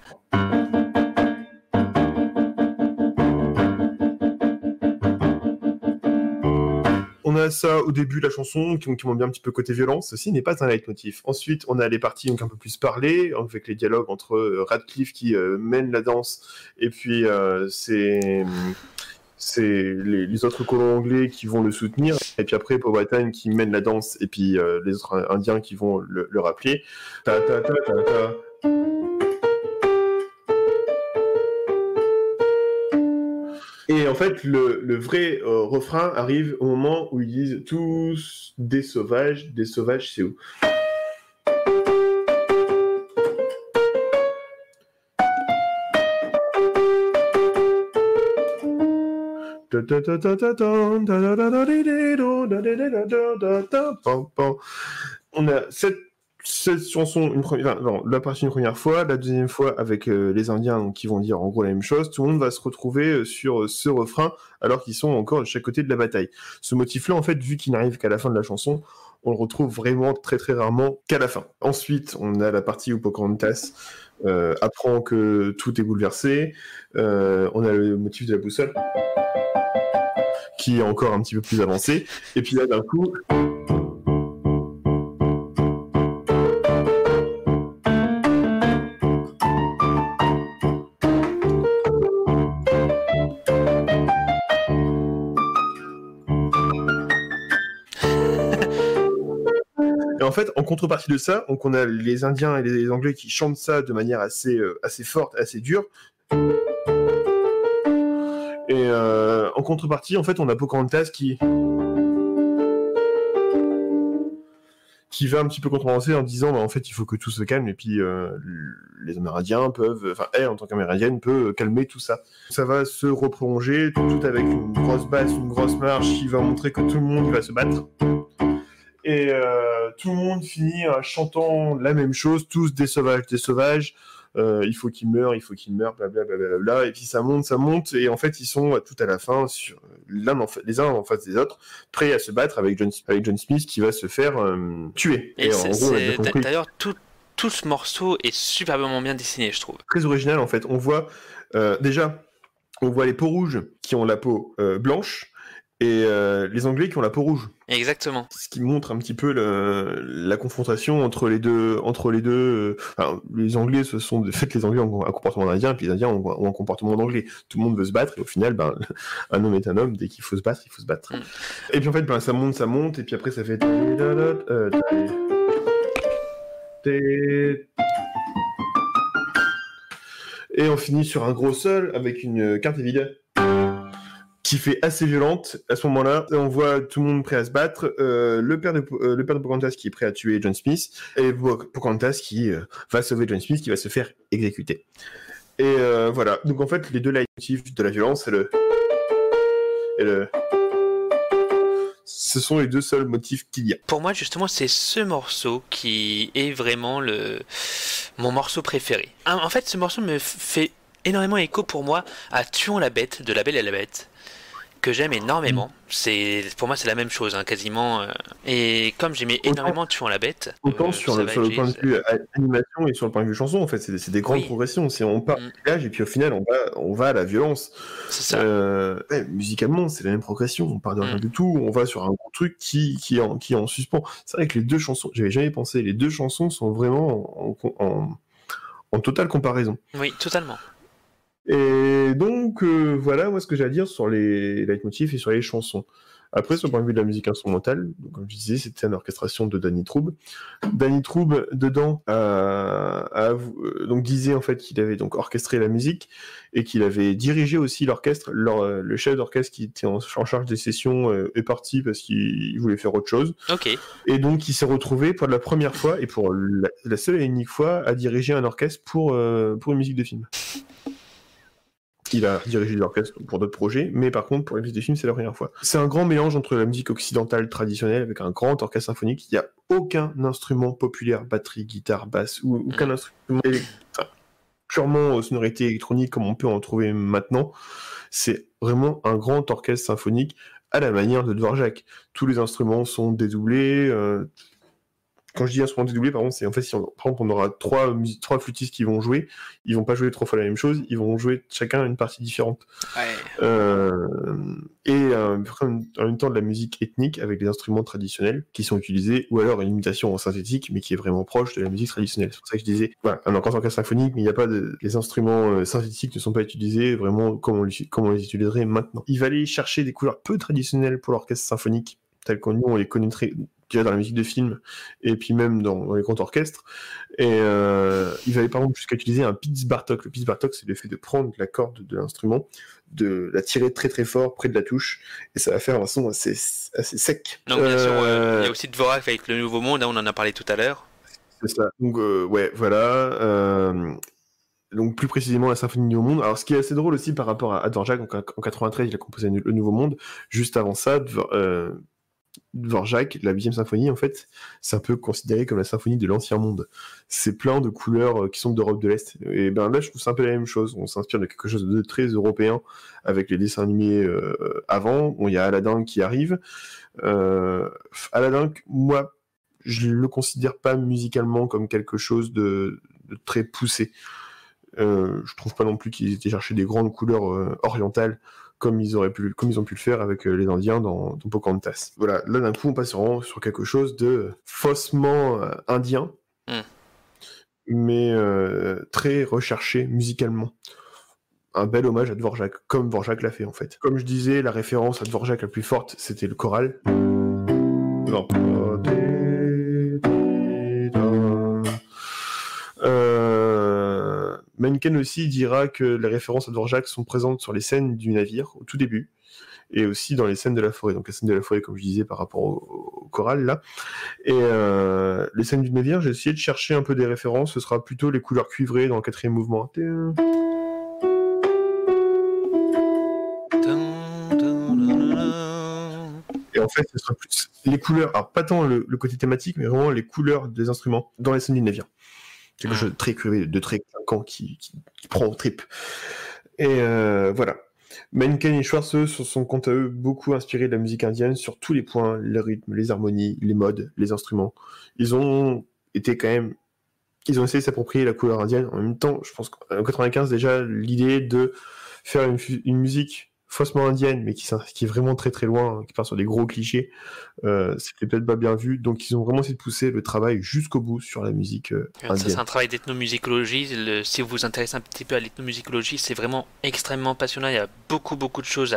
On a ça au début de la chanson, qui montre bien un petit peu côté violence. Ceci n'est pas un leitmotiv. Ensuite, on a les parties un peu plus parlées, avec les dialogues entre Radcliffe qui mène la danse, et puis c'est les autres colons anglais qui vont le soutenir, et puis après Powhatan qui mène la danse, et puis les autres Indiens qui vont le rappeler. Ta ta ta ta ta. Et en fait, le vrai refrain arrive au moment où ils disent tous des sauvages c'est où? On a cette chanson la partie une première fois, la deuxième fois avec les Indiens qui vont dire en gros la même chose. Tout le monde va se retrouver sur ce refrain alors qu'ils sont encore de chaque côté de la bataille. Ce motif-là, en fait, vu qu'il n'arrive qu'à la fin de la chanson, on le retrouve vraiment très très rarement qu'à la fin. Ensuite, on a la partie où Pocahontas apprend que tout est bouleversé. On a le motif de la boussole qui est encore un petit peu plus avancé. Et puis là, d'un coup... Et en fait, en contrepartie de ça, donc on a les Indiens et les Anglais qui chantent ça de manière assez forte, assez dure. Et en contrepartie, en fait, on a Pocahontas qui qui va un petit peu contrebalancer en disant en fait il faut que tout se calme et puis les Amérindiens peuvent, enfin elle en tant qu'Amérindienne peut calmer tout ça. Ça va se reprolonger tout avec une grosse basse, une grosse marche qui va montrer que tout le monde va se battre. Et tout le monde finit chantant la même chose, tous des sauvages. Il faut qu'ils meurent, blablabla. Et puis ça monte, et en fait ils sont tout à la fin les uns en face des autres, prêts à se battre avec John Smith qui va se faire tuer. Et en gros, on a bien compris. D'ailleurs, tout ce morceau est superbement bien dessiné, je trouve. Très original en fait. On voit déjà, on voit les peaux rouges qui ont la peau blanche. Et les Anglais qui ont la peau rouge. Exactement. Ce qui montre un petit peu la confrontation entre les deux. Enfin, les Anglais, ce sont de fait les Anglais ont un comportement d'Indien, puis les Indiens ont un comportement d'Anglais. Tout le monde veut se battre, et au final, un homme est un homme. Dès qu'il faut se battre, il faut se battre. Et puis en fait, ça monte, et puis après ça fait. Et on finit sur un gros sol avec une carte vide. Qui fait assez violente. À ce moment-là, on voit tout le monde prêt à se battre. Le père de Pocahontas qui est prêt à tuer John Smith, et Pocahontas qui va sauver John Smith, qui va se faire exécuter. Et voilà. Donc en fait, les deux leitmotifs de la violence, ce sont les deux seuls motifs qu'il y a. Pour moi, justement, c'est ce morceau qui est vraiment mon morceau préféré. En fait, ce morceau me fait énormément écho pour moi à Tuons la bête de La Belle et la Bête, que j'aime énormément. Pour moi c'est la même chose quasiment. Et comme j'aimais énormément Tuons la Bête, autant sur le point de vue animation et sur le point de vue chanson, en fait c'est des grandes progressions. On part du village et puis au final on va à la violence. C'est ça. Musicalement c'est la même progression. On part de rien du tout, on va sur un gros truc qui est en suspens. C'est vrai que les deux chansons, j'avais jamais pensé, les deux chansons sont vraiment en totale comparaison. Oui, totalement. Et donc, voilà, moi, ce que j'ai à dire sur les leitmotifs et sur les chansons. Après, sur le point de vue de la musique instrumentale, donc, comme je disais, c'était une orchestration de Danny Troub. Danny Troub, dedans, donc disait en fait qu'il avait donc orchestré la musique et qu'il avait dirigé aussi l'orchestre. Le chef d'orchestre qui était en charge des sessions est parti parce qu'il voulait faire autre chose. Ok. Et donc, il s'est retrouvé pour la première fois et pour la seule et unique fois à diriger un orchestre pour une musique de film. Il a dirigé l'orchestre pour d'autres projets, mais par contre, pour les musiques de film, c'est la première fois. C'est un grand mélange entre la musique occidentale traditionnelle avec un grand orchestre symphonique. Il n'y a aucun instrument populaire, batterie, guitare, basse, ou aucun instrument purement sonorité électronique comme on peut en trouver maintenant. C'est vraiment un grand orchestre symphonique à la manière de Dvorak. Tous les instruments sont dédoublés. Quand je dis instrument dédoublé, par contre, c'est en fait, par exemple, on aura trois flûtistes qui vont jouer, ils vont pas jouer 3 fois la même chose, ils vont jouer chacun une partie différente. Ouais. Et en même temps de la musique ethnique avec les instruments traditionnels qui sont utilisés, ou alors une imitation en synthétique, mais qui est vraiment proche de la musique traditionnelle. C'est pour ça que je disais, voilà, un orchestre symphonique, mais il n'y a pas les instruments synthétiques ne sont pas utilisés vraiment comme on les utiliserait maintenant. Il va aller chercher des couleurs peu traditionnelles pour l'orchestre symphonique, telles qu'on les connaîtrait dans la musique de film et puis même dans les grands orchestres, et il va aller par exemple jusqu'à utiliser un Pitz Bartok. Le Pitz Bartok, c'est le fait de prendre la corde de l'instrument, de la tirer très très fort près de la touche, et ça va faire un son assez sec. Donc bien sûr, il y a aussi Dvorak avec Le Nouveau Monde, on en a parlé tout à l'heure. C'est ça. Donc ouais, voilà. Donc plus précisément la symphonie du Nouveau Monde. Alors ce qui est assez drôle aussi par rapport à Dvorak, donc en 93 il a composé Le Nouveau Monde. Juste avant ça, Dvorak, la 8e symphonie, en fait, c'est un peu considéré comme la symphonie de l'Ancien Monde. C'est plein de couleurs qui sont d'Europe de l'Est. Et ben là, je trouve c'est un peu la même chose. On s'inspire de quelque chose de très européen avec les dessins animés avant. Bon, il y a Aladdin qui arrive. Aladdin, moi, je le considère pas musicalement comme quelque chose de très poussé. Je trouve pas non plus qu'ils étaient chercher des grandes couleurs orientales comme ils ont pu le faire avec les Indiens dans Pocahontas. Voilà, là d'un coup on passe vraiment sur quelque chose de faussement indien, mais très recherché musicalement. Un bel hommage à Dvorak, comme Dvorak l'a fait en fait. Comme je disais, la référence à Dvorak la plus forte, c'était le choral. Non. Mencken aussi dira que les références à Dvorak sont présentes sur les scènes du navire au tout début, et aussi dans les scènes de la forêt. Donc la scène de la forêt, comme je disais, par rapport au choral, là. Et les scènes du navire, j'ai essayé de chercher un peu des références. Ce sera plutôt les couleurs cuivrées dans le 4e mouvement. Et en fait, ce sera plus les couleurs, alors pas tant le côté thématique, mais vraiment les couleurs des instruments dans les scènes du navire. Quelque chose de très cuivré, de très clinquant qui prend au trip. Et voilà. Mencken et Schwartz, eux, se sont quant à eux beaucoup inspirés de la musique indienne sur tous les points, les rythmes, les harmonies, les modes, les instruments. Ils ont été quand même... Ils ont essayé de s'approprier la couleur indienne. En même temps, je pense qu'en 95, déjà, l'idée de faire une musique faussement indienne, mais qui est vraiment très très loin, qui part sur des gros clichés, c'était peut-être pas bien vu. Donc ils ont vraiment essayé de pousser le travail jusqu'au bout sur la musique indienne. Ça, c'est un travail d'ethnomusicologie. Si vous vous intéressez un petit peu à l'ethnomusicologie, c'est vraiment extrêmement passionnant. Il y a beaucoup de choses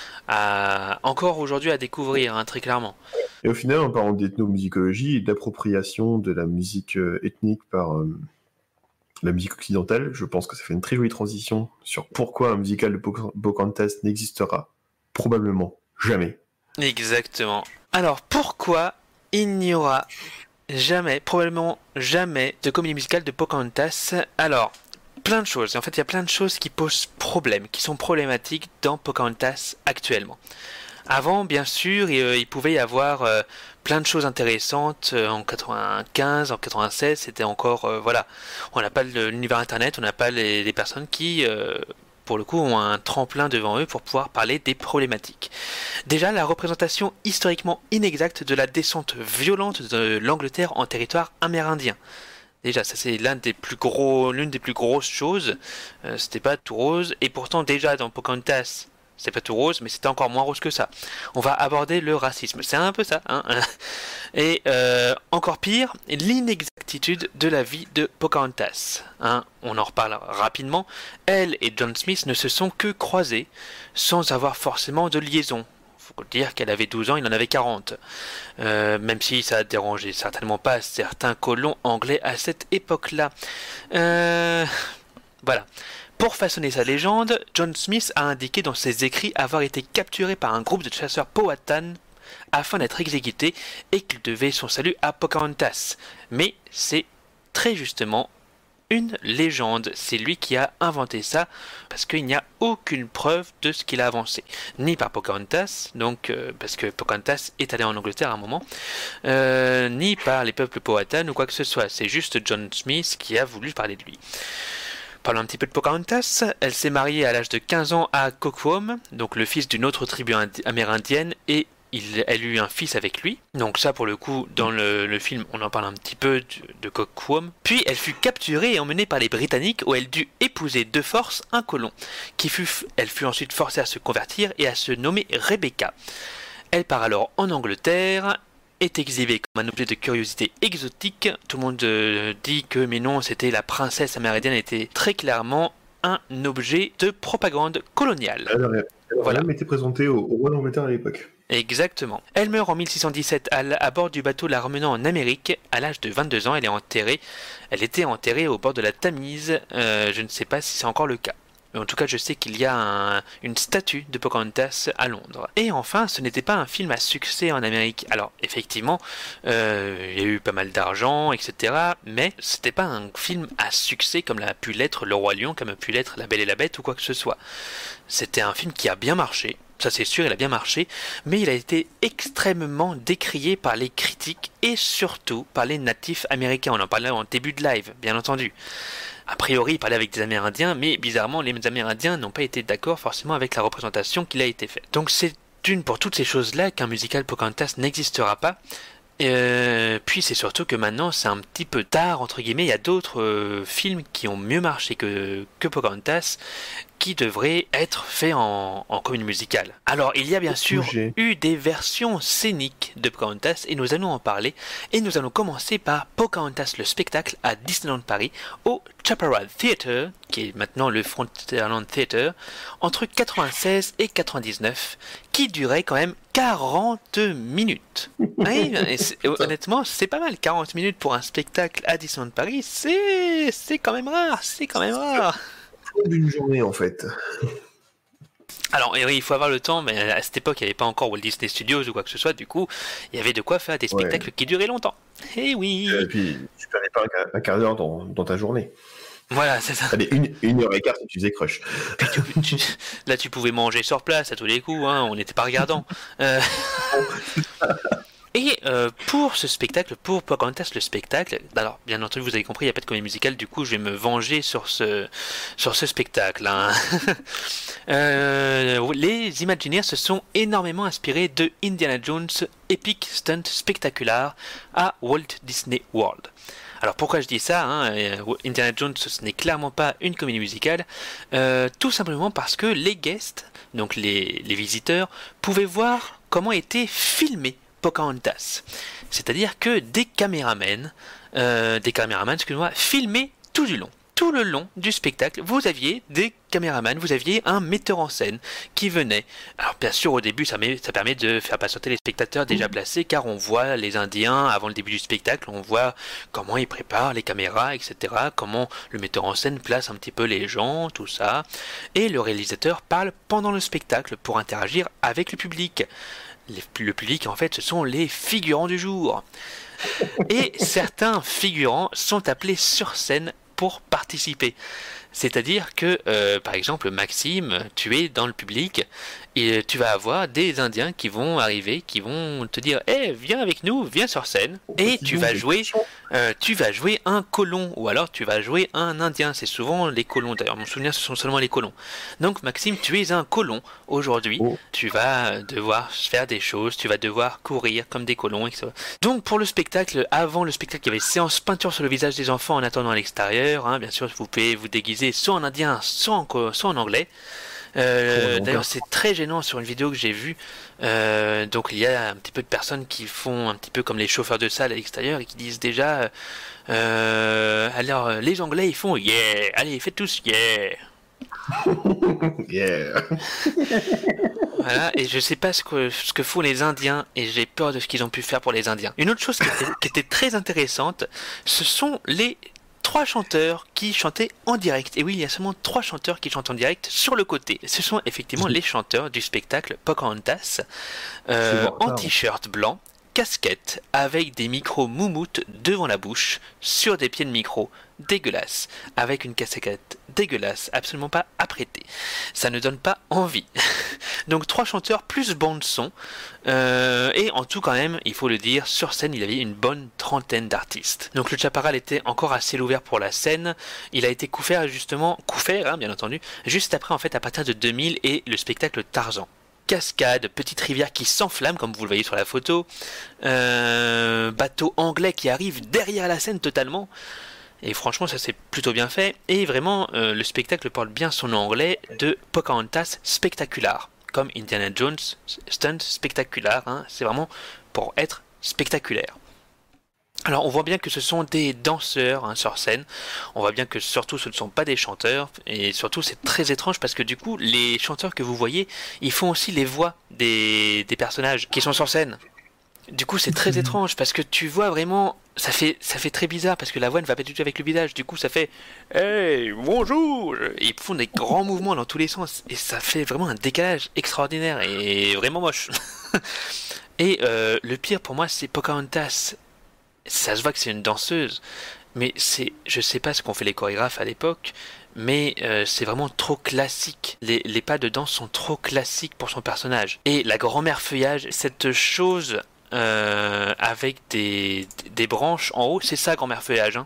encore aujourd'hui à découvrir, hein, très clairement. Et au final, en parlant d'ethnomusicologie et d'appropriation de la musique ethnique par la musique occidentale, je pense que ça fait une très jolie transition sur pourquoi un musical de Pocahontas n'existera probablement jamais. Exactement. Alors pourquoi il n'y aura probablement jamais de comédie musicale de Pocahontas? Alors, plein de choses. En fait, il y a plein de choses qui posent problème, qui sont problématiques dans Pocahontas actuellement. Avant, bien sûr, il pouvait y avoir plein de choses intéressantes. En 95, en 96, c'était encore... voilà. On n'a pas l'univers Internet, on n'a pas les personnes qui, pour le coup, ont un tremplin devant eux pour pouvoir parler des problématiques. Déjà, la représentation historiquement inexacte de la descente violente de l'Angleterre en territoire amérindien. Déjà, ça c'est l'une des plus grosses choses. C'était pas tout rose. Et pourtant, déjà, dans Pocahontas... c'est pas tout rose, mais c'était encore moins rose que ça. On va aborder le racisme. C'est un peu ça, hein. Et encore pire, l'inexactitude de la vie de Pocahontas. Hein. On en reparle rapidement. Elle et John Smith ne se sont que croisés, sans avoir forcément de liaison. Faut dire qu'elle avait 12 ans, il en avait 40. Même si ça dérangeait certainement pas certains colons anglais à cette époque-là. Voilà. Pour façonner sa légende, John Smith a indiqué dans ses écrits avoir été capturé par un groupe de chasseurs Powhatan afin d'être exécuté et qu'il devait son salut à Pocahontas. Mais c'est très justement une légende. C'est lui qui a inventé ça parce qu'il n'y a aucune preuve de ce qu'il a avancé. Ni par Pocahontas, donc parce que Pocahontas est allé en Angleterre à un moment, ni par les peuples Powhatan ou quoi que ce soit. C'est juste John Smith qui a voulu parler de lui. Parlons un petit peu de Pocahontas. Elle s'est mariée à l'âge de 15 ans à Coquom, donc le fils d'une autre tribu amérindienne, et elle eut un fils avec lui. Donc ça, pour le coup, dans le film, on en parle un petit peu de Coquom. Puis elle fut capturée et emmenée par les Britanniques, où elle dut épouser de force un colon. Elle fut ensuite forcée à se convertir et à se nommer Rebecca. Elle part alors en Angleterre, est exhibée comme un objet de curiosité exotique. Tout le monde dit que, mais non, c'était la princesse amérindienne, était très clairement un objet de propagande coloniale. Elle a même été présentée au roi d'Angleterre à l'époque. Exactement. Elle meurt en 1617 à bord du bateau la ramenant en Amérique. À l'âge de 22 ans, elle était enterrée au bord de la Tamise. Je ne sais pas si c'est encore le cas. En tout cas, je sais qu'il y a une statue de Pocahontas à Londres. Et enfin, ce n'était pas un film à succès en Amérique. Alors, effectivement, il y a eu pas mal d'argent, etc. Mais c'était pas un film à succès comme l'a pu l'être Le Roi Lion, comme a pu l'être La Belle et la Bête ou quoi que ce soit. C'était un film qui a bien marché. Ça c'est sûr, il a bien marché, mais il a été extrêmement décrié par les critiques et surtout par les natifs américains. On en parlait en début de live, bien entendu. A priori, il parlait avec des Amérindiens, mais bizarrement, les Amérindiens n'ont pas été d'accord forcément avec la représentation qui a été faite. Donc c'est pour toutes ces choses-là qu'un musical Pocahontas n'existera pas. Puis c'est surtout que maintenant c'est un petit peu tard, entre guillemets. Il y a d'autres films qui ont mieux marché que Pocahontas, qui devrait être fait en comédie musicale. Alors, il y a bien sûr eu des versions scéniques de Pocahontas et nous allons en parler. Et nous allons commencer par Pocahontas le spectacle à Disneyland Paris au Chaparral Theatre, qui est maintenant le Frontierland Theatre, entre 96 et 99, qui durait quand même 40 minutes. Oui, honnêtement, c'est pas mal. 40 minutes pour un spectacle à Disneyland Paris, c'est quand même rare. C'est quand même rare. D'une journée en fait. Alors, oui, il faut avoir le temps, mais à cette époque, il n'y avait pas encore Walt Disney Studios ou quoi que ce soit, du coup, il y avait de quoi faire des spectacles qui duraient longtemps. Eh oui. Et puis, tu perdais pas un quart d'heure dans ta journée. Voilà, c'est ça. Allez, une heure et quart si tu faisais Crush. Là, tu pouvais manger sur place à tous les coups, hein, on n'était pas regardant. Et pour ce spectacle, pour Pocahontas le spectacle, alors bien entendu vous avez compris, il n'y a pas de comédie musicale, du coup je vais me venger sur ce spectacle. Hein. Les Imagineers se sont énormément inspirés de Indiana Jones Epic Stunt Spectacular à Walt Disney World. Alors pourquoi je dis ça, hein, Indiana Jones ce n'est clairement pas une comédie musicale, tout simplement parce que les guests, donc les visiteurs, pouvaient voir comment était filmé Pocahontas. C'est-à-dire que des caméramans, filmaient tout du long. Tout le long du spectacle, vous aviez des caméramans, vous aviez un metteur en scène qui venait. Alors bien sûr au début ça permet de faire patienter les spectateurs déjà placés, car on voit les Indiens avant le début du spectacle, on voit comment ils préparent les caméras, etc. Comment le metteur en scène place un petit peu les gens, tout ça. Et le réalisateur parle pendant le spectacle pour interagir avec le public. Le public, en fait, ce sont les figurants du jour. Et certains figurants sont appelés sur scène pour participer. C'est-à-dire que, par exemple, Maxime, tu es dans le public et tu vas avoir des Indiens qui vont arriver, qui vont te dire « viens avec nous, viens sur scène » et tu vas jouer un colon ou alors tu vas jouer un Indien. C'est souvent les colons, d'ailleurs, mon souvenir, ce sont seulement les colons. Donc Maxime, tu es un colon aujourd'hui. Tu vas devoir faire des choses, tu vas devoir courir comme des colons, etc. Donc pour le spectacle, avant le spectacle, il y avait séance peinture sur le visage des enfants en attendant à l'extérieur. Hein. Bien sûr, vous pouvez vous déguiser soit en indien, soit en anglais. D'ailleurs c'est très gênant sur une vidéo que j'ai vue, donc il y a un petit peu de personnes qui font un petit peu comme les chauffeurs de salle à l'extérieur et qui disent déjà alors les anglais ils font yeah, allez faites tous yeah. Yeah. Voilà, et je sais pas ce que font les Indiens et j'ai peur de ce qu'ils ont pu faire pour les Indiens. Une autre chose qui était très intéressante, ce sont les 3 chanteurs qui chantaient en direct. Et oui, il y a seulement 3 chanteurs qui chantent en direct sur le côté. Ce sont effectivement les chanteurs du spectacle Pocahontas, en t-shirt blanc, casquette, avec des micros moumoutes devant la bouche, sur des pieds de micro dégueulasses, avec une casquette dégueulasse, absolument pas apprêtée. Ça ne donne pas envie. Donc 3 chanteurs plus bande son, et en tout quand même, il faut le dire, sur scène il y avait une bonne trentaine d'artistes. Donc le Chaparral était encore à ciel ouvert pour la scène, il a été couvert bien entendu, juste après en fait à partir de 2000 et le spectacle Tarzan. Cascade, petite rivière qui s'enflamme comme vous le voyez sur la photo, bateau anglais qui arrive derrière la scène totalement. Et franchement ça c'est plutôt bien fait. Et vraiment le spectacle porte bien son nom anglais de Pocahontas Spectacular, comme Indiana Jones Stunt Spectacular, hein, c'est vraiment pour être spectaculaire. Alors on voit bien que ce sont des danseurs hein, sur scène, on voit bien que surtout ce ne sont pas des chanteurs, et surtout c'est très étrange parce que du coup les chanteurs que vous voyez, ils font aussi les voix des personnages qui sont sur scène. Du coup c'est très étrange parce que tu vois vraiment, ça fait très bizarre parce que la voix ne va pas du tout avec le visage, du coup ça fait « Hey, bonjour !» Ils font des grands mouvements dans tous les sens et ça fait vraiment un décalage extraordinaire et vraiment moche. Et le pire pour moi c'est Pocahontas. Ça se voit que c'est une danseuse, mais je sais pas ce qu'ont fait les chorégraphes à l'époque, mais c'est vraiment trop classique. Les pas de danse sont trop classiques pour son personnage. Et la grand-mère feuillage, cette chose avec des branches en haut, c'est ça grand-mère feuillage. Hein.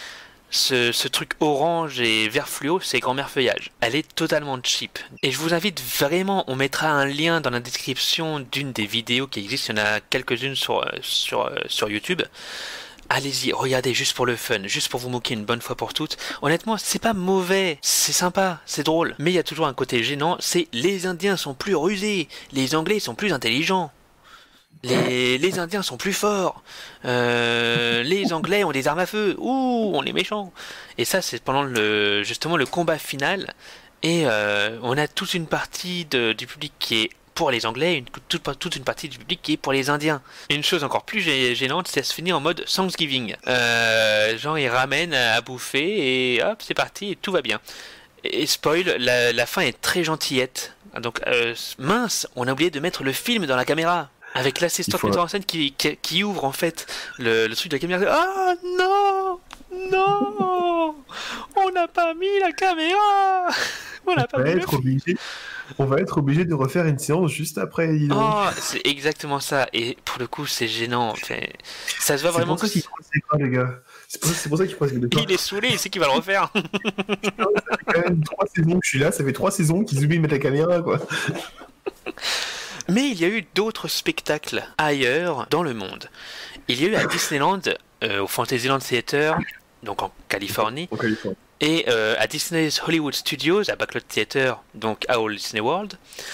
Ce truc orange et vert fluo, c'est grand-mère feuillage. Elle est totalement cheap. Et je vous invite vraiment, on mettra un lien dans la description d'une des vidéos qui existent, il y en a quelques-unes sur YouTube. allez-y, regardez juste pour le fun, juste pour vous moquer une bonne fois pour toutes. Honnêtement, c'est pas mauvais, c'est sympa, c'est drôle. Mais il y a toujours un côté gênant, c'est les Indiens sont plus rusés, les Anglais sont plus intelligents. Les Indiens sont plus forts. Les Anglais ont des armes à feu. Ouh, on est méchants. Et ça, c'est pendant justement le combat final. Et on a toute une partie du public qui est pour les Anglais, toute une partie du public qui est pour les Indiens. Et une chose encore plus gênante, c'est à se finir en mode Thanksgiving. Genre, ils ramènent à bouffer et hop, c'est parti, et tout va bien. Et spoil, la fin est très gentillette. Donc, mince, on a oublié de mettre le film dans la caméra. Avec l'assistant metteur en scène qui ouvre en fait le truc de la caméra. Ah non, non, on n'a pas mis la caméra. On va être obligé de refaire une séance juste après. Oh, c'est exactement ça. Et pour le coup, c'est gênant. Enfin, ça se voit vraiment. C'est pour ça qu'il croise les bras, les gars. C'est pour ça qu'il croise les bras. Il est saoulé, il sait qu'il va le refaire. Ça fait quand même 3 saisons que je suis là. Ça fait 3 saisons qu'ils oublient de mettre la caméra, quoi. Mais il y a eu d'autres spectacles ailleurs dans le monde. Il y a eu à Disneyland, au Fantasyland Theater, donc en Californie, et à Disney's Hollywood Studios, à Backlot Theater, donc à Walt Disney World,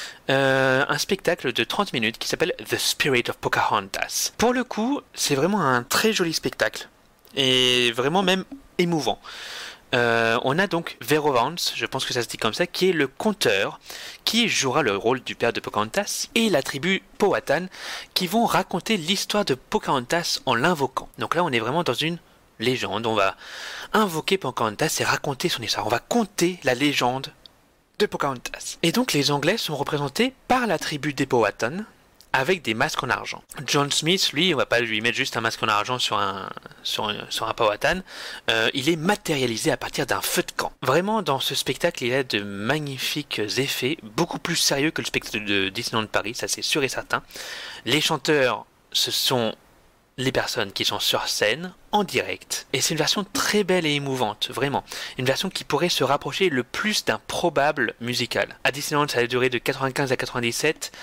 un spectacle de 30 minutes qui s'appelle The Spirit of Pocahontas. Pour le coup, c'est vraiment un très joli spectacle, et vraiment même émouvant. On a donc Vero Vance, je pense que ça se dit comme ça, qui est le conteur, qui jouera le rôle du père de Pocahontas, et la tribu Powhatan, qui vont raconter l'histoire de Pocahontas en l'invoquant. Donc là, on est vraiment dans une légende, on va invoquer Pocahontas et raconter son histoire, on va conter la légende de Pocahontas. Et donc les Anglais sont représentés par la tribu des Powhatan, avec des masques en argent. John Smith, lui, on va pas lui mettre juste un masque en argent sur un Powhatan, il est matérialisé à partir d'un feu de camp. Vraiment, dans ce spectacle, il y a de magnifiques effets, beaucoup plus sérieux que le spectacle de Disneyland Paris, ça c'est sûr et certain. Les chanteurs, ce sont les personnes qui sont sur scène, en direct. Et c'est une version très belle et émouvante, vraiment. Une version qui pourrait se rapprocher le plus d'un probable musical. À Disneyland, ça a duré de 95 à 97,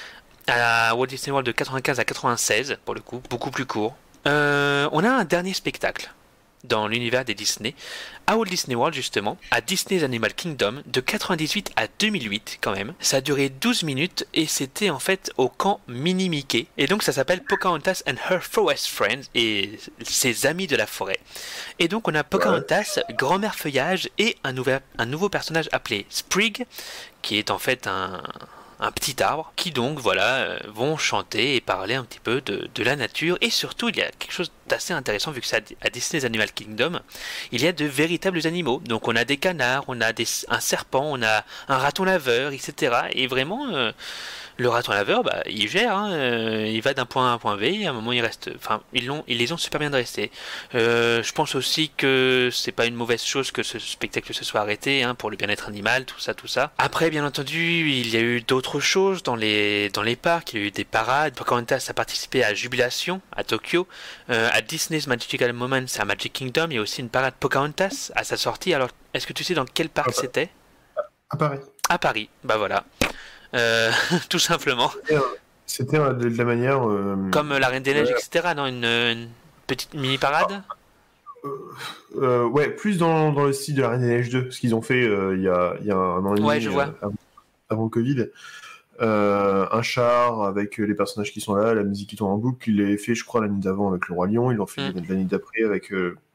à Walt Disney World de 95 à 96, pour le coup, beaucoup plus court. On a un dernier spectacle dans l'univers des Disney, à Walt Disney World justement, à Disney's Animal Kingdom, de 98 à 2008 quand même. Ça a duré 12 minutes et c'était en fait au camp Mini Mickey. Et donc ça s'appelle Pocahontas and Her Forest Friends, et ses amis de la forêt. Et donc on a Pocahontas, grand-mère feuillage et un nouveau personnage appelé Sprig, qui est en fait un petit arbre, qui donc vont chanter et parler un petit peu de la nature. Et surtout il y a quelque chose d'assez intéressant, vu que c'est à Disney's Animal Kingdom, il y a de véritables animaux. Donc on a des canards, on a un serpent, on a un raton laveur, etc. Et vraiment le raton laveur, il gère, il va d'un point A à un point B, et à un moment il reste. Enfin, ils les ont super bien dressés. Je pense aussi que c'est pas une mauvaise chose que ce spectacle se soit arrêté, pour le bien-être animal, tout ça. Après, bien entendu, il y a eu d'autres choses dans les parcs. Il y a eu des parades. Pocahontas a participé à Jubilation à Tokyo, à Disney's Magical Moments à Magic Kingdom. Il y a aussi une parade Pocahontas à sa sortie. Alors, est-ce que tu sais dans quel parc c'était ? À Paris. À Paris, voilà. Tout simplement. C'était de la manière... Comme la Reine des Neiges, etc. Non, une petite mini-parade. Ouais, plus dans le style de la Reine des Neiges 2, ce qu'ils ont fait il y a un an et demi, je vois. Avant le Covid. Un char avec les personnages qui sont là, la musique qui tourne en boucle. Ils l'avaient fait, je crois, l'année d'avant avec le Roi Lion. Ils l'ont fait l'année d'après avec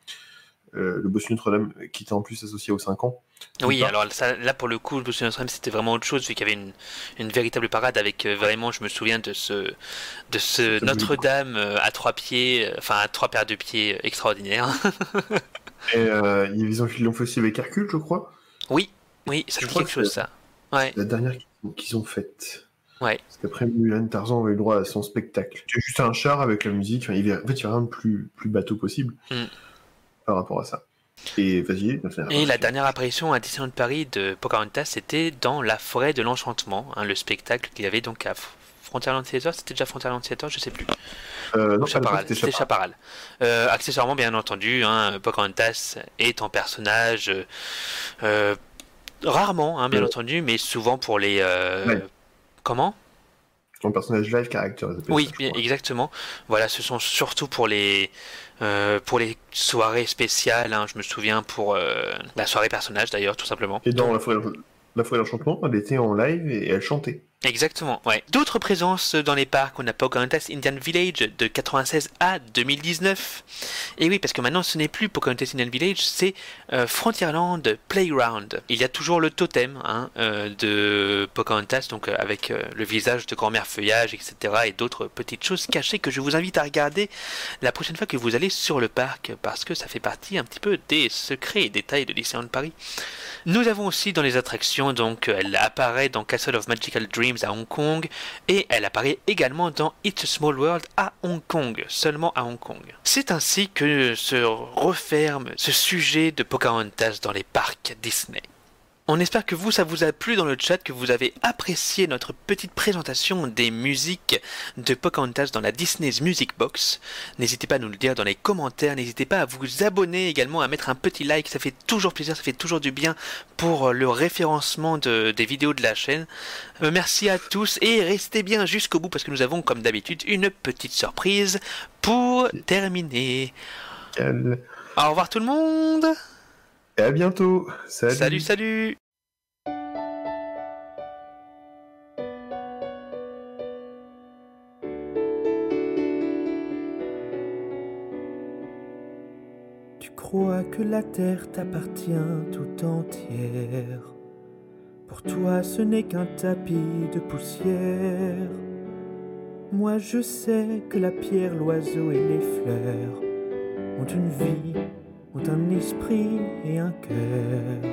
le Bossu Notre-Dame, qui était en plus associé aux 5 ans. Oui, alors là pour le coup, le Bossu Notre-Dame c'était vraiment autre chose, vu qu'il y avait une véritable parade avec vraiment, je me souviens de ce Notre-Dame à 3 pieds, enfin à 3 paires de pieds extraordinaires. Et ils l'ont fait aussi avec Hercule, je crois. Oui, ça dit quelque chose, ça. Ouais. La dernière qu'ils ont faite. Ouais. Parce qu'après Mulan, Tarzan avait eu le droit à son spectacle. Tu as juste un char avec la musique. Il y a rien de plus bateau possible par rapport à ça. Et vas-y. Et la dernière apparition à Disneyland Paris de Pocahontas, c'était dans la forêt de l'enchantement, le spectacle qu'il y avait donc à Frontierland Theater. C'était déjà Frontierland Theater, je sais plus. Non, c'était Chaparral. Accessoirement, bien entendu, Pocahontas est en personnage rarement, bien entendu, mais souvent pour les... Comment ? ton personnage live character. Oui, bien, exactement. Voilà, ce sont surtout pour les soirées spéciales. Hein, je me souviens pour la soirée personnage d'ailleurs, tout simplement. Et dans la forêt d'enchantement, elle était en live et elle chantait. Exactement, ouais. D'autres présences dans les parcs, on a Pocahontas Indian Village de 96 à 2019. Et oui, parce que maintenant ce n'est plus Pocahontas Indian Village, c'est Frontierland Playground. Il y a toujours le totem de Pocahontas, donc avec le visage de grand-mère feuillage, etc. et d'autres petites choses cachées que je vous invite à regarder la prochaine fois que vous allez sur le parc, parce que ça fait partie un petit peu des secrets et détails de Disneyland Paris. Nous avons aussi dans les attractions, donc elle apparaît dans Castle of Magical Dreams à Hong Kong et elle apparaît également dans It's a Small World à Hong Kong, seulement à Hong Kong. C'est ainsi que se referme ce sujet de Pocahontas dans les parcs Disney. On espère que ça vous a plu dans le chat, que vous avez apprécié notre petite présentation des musiques de Pocahontas dans la Disney's Music Box. N'hésitez pas à nous le dire dans les commentaires, n'hésitez pas à vous abonner également, à mettre un petit like, ça fait toujours plaisir, ça fait toujours du bien pour le référencement des vidéos de la chaîne. Merci à tous et restez bien jusqu'au bout parce que nous avons comme d'habitude une petite surprise pour terminer. Au revoir tout le monde. Et à bientôt. Salut. Salut. Tu crois que la terre t'appartient tout entière. Pour toi ce n'est qu'un tapis de poussière. Moi je sais que la pierre, l'oiseau et les fleurs ont une vie, ont un esprit et un cœur.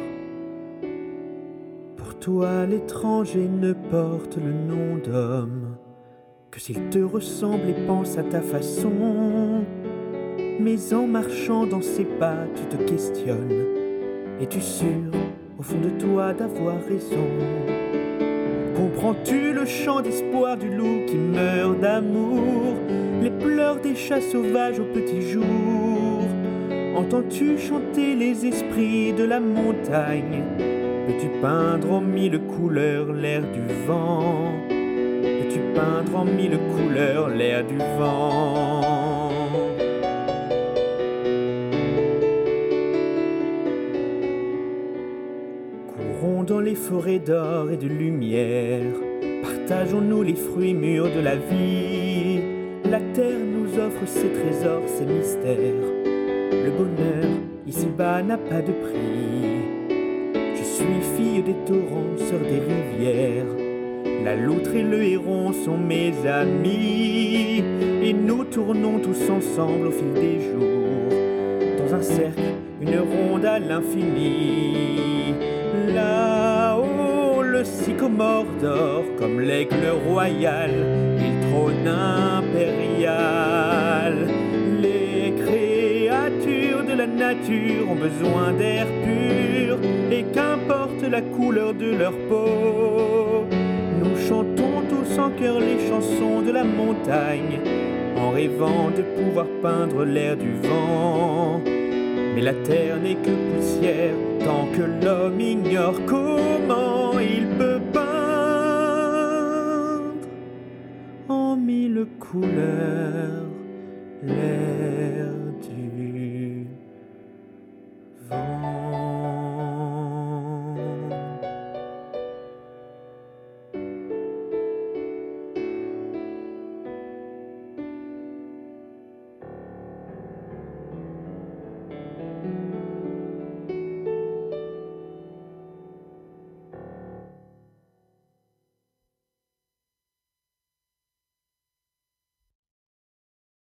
Pour toi l'étranger ne porte le nom d'homme que s'il te ressemble et pense à ta façon. Mais en marchant dans ses pas tu te questionnes. Es-tu sûr au fond de toi d'avoir raison? Comprends-tu le chant d'espoir du loup qui meurt d'amour? Les pleurs des chats sauvages au petit jour? Entends-tu chanter les esprits de la montagne? Peux-tu peindre en mille couleurs l'air du vent? Peux-tu peindre en mille couleurs l'air du vent? Courons dans les forêts d'or et de lumière, partageons-nous les fruits mûrs de la vie. La terre nous offre ses trésors, ses mystères. Le bonheur, ici-bas, n'a pas de prix. Je suis fille des torrents, sœur des rivières. La loutre et le héron sont mes amis. Et nous tournons tous ensemble au fil des jours, dans un cercle, une ronde à l'infini. Là-haut, le sycomore dort comme l'aigle royal, il trône impérial. Les créatures de la nature ont besoin d'air pur, et qu'importe la couleur de leur peau, nous chantons tous en chœur les chansons de la montagne, en rêvant de pouvoir peindre l'air du vent. Mais la terre n'est que poussière, tant que l'homme ignore comment il peut peindre en mille couleurs l'air du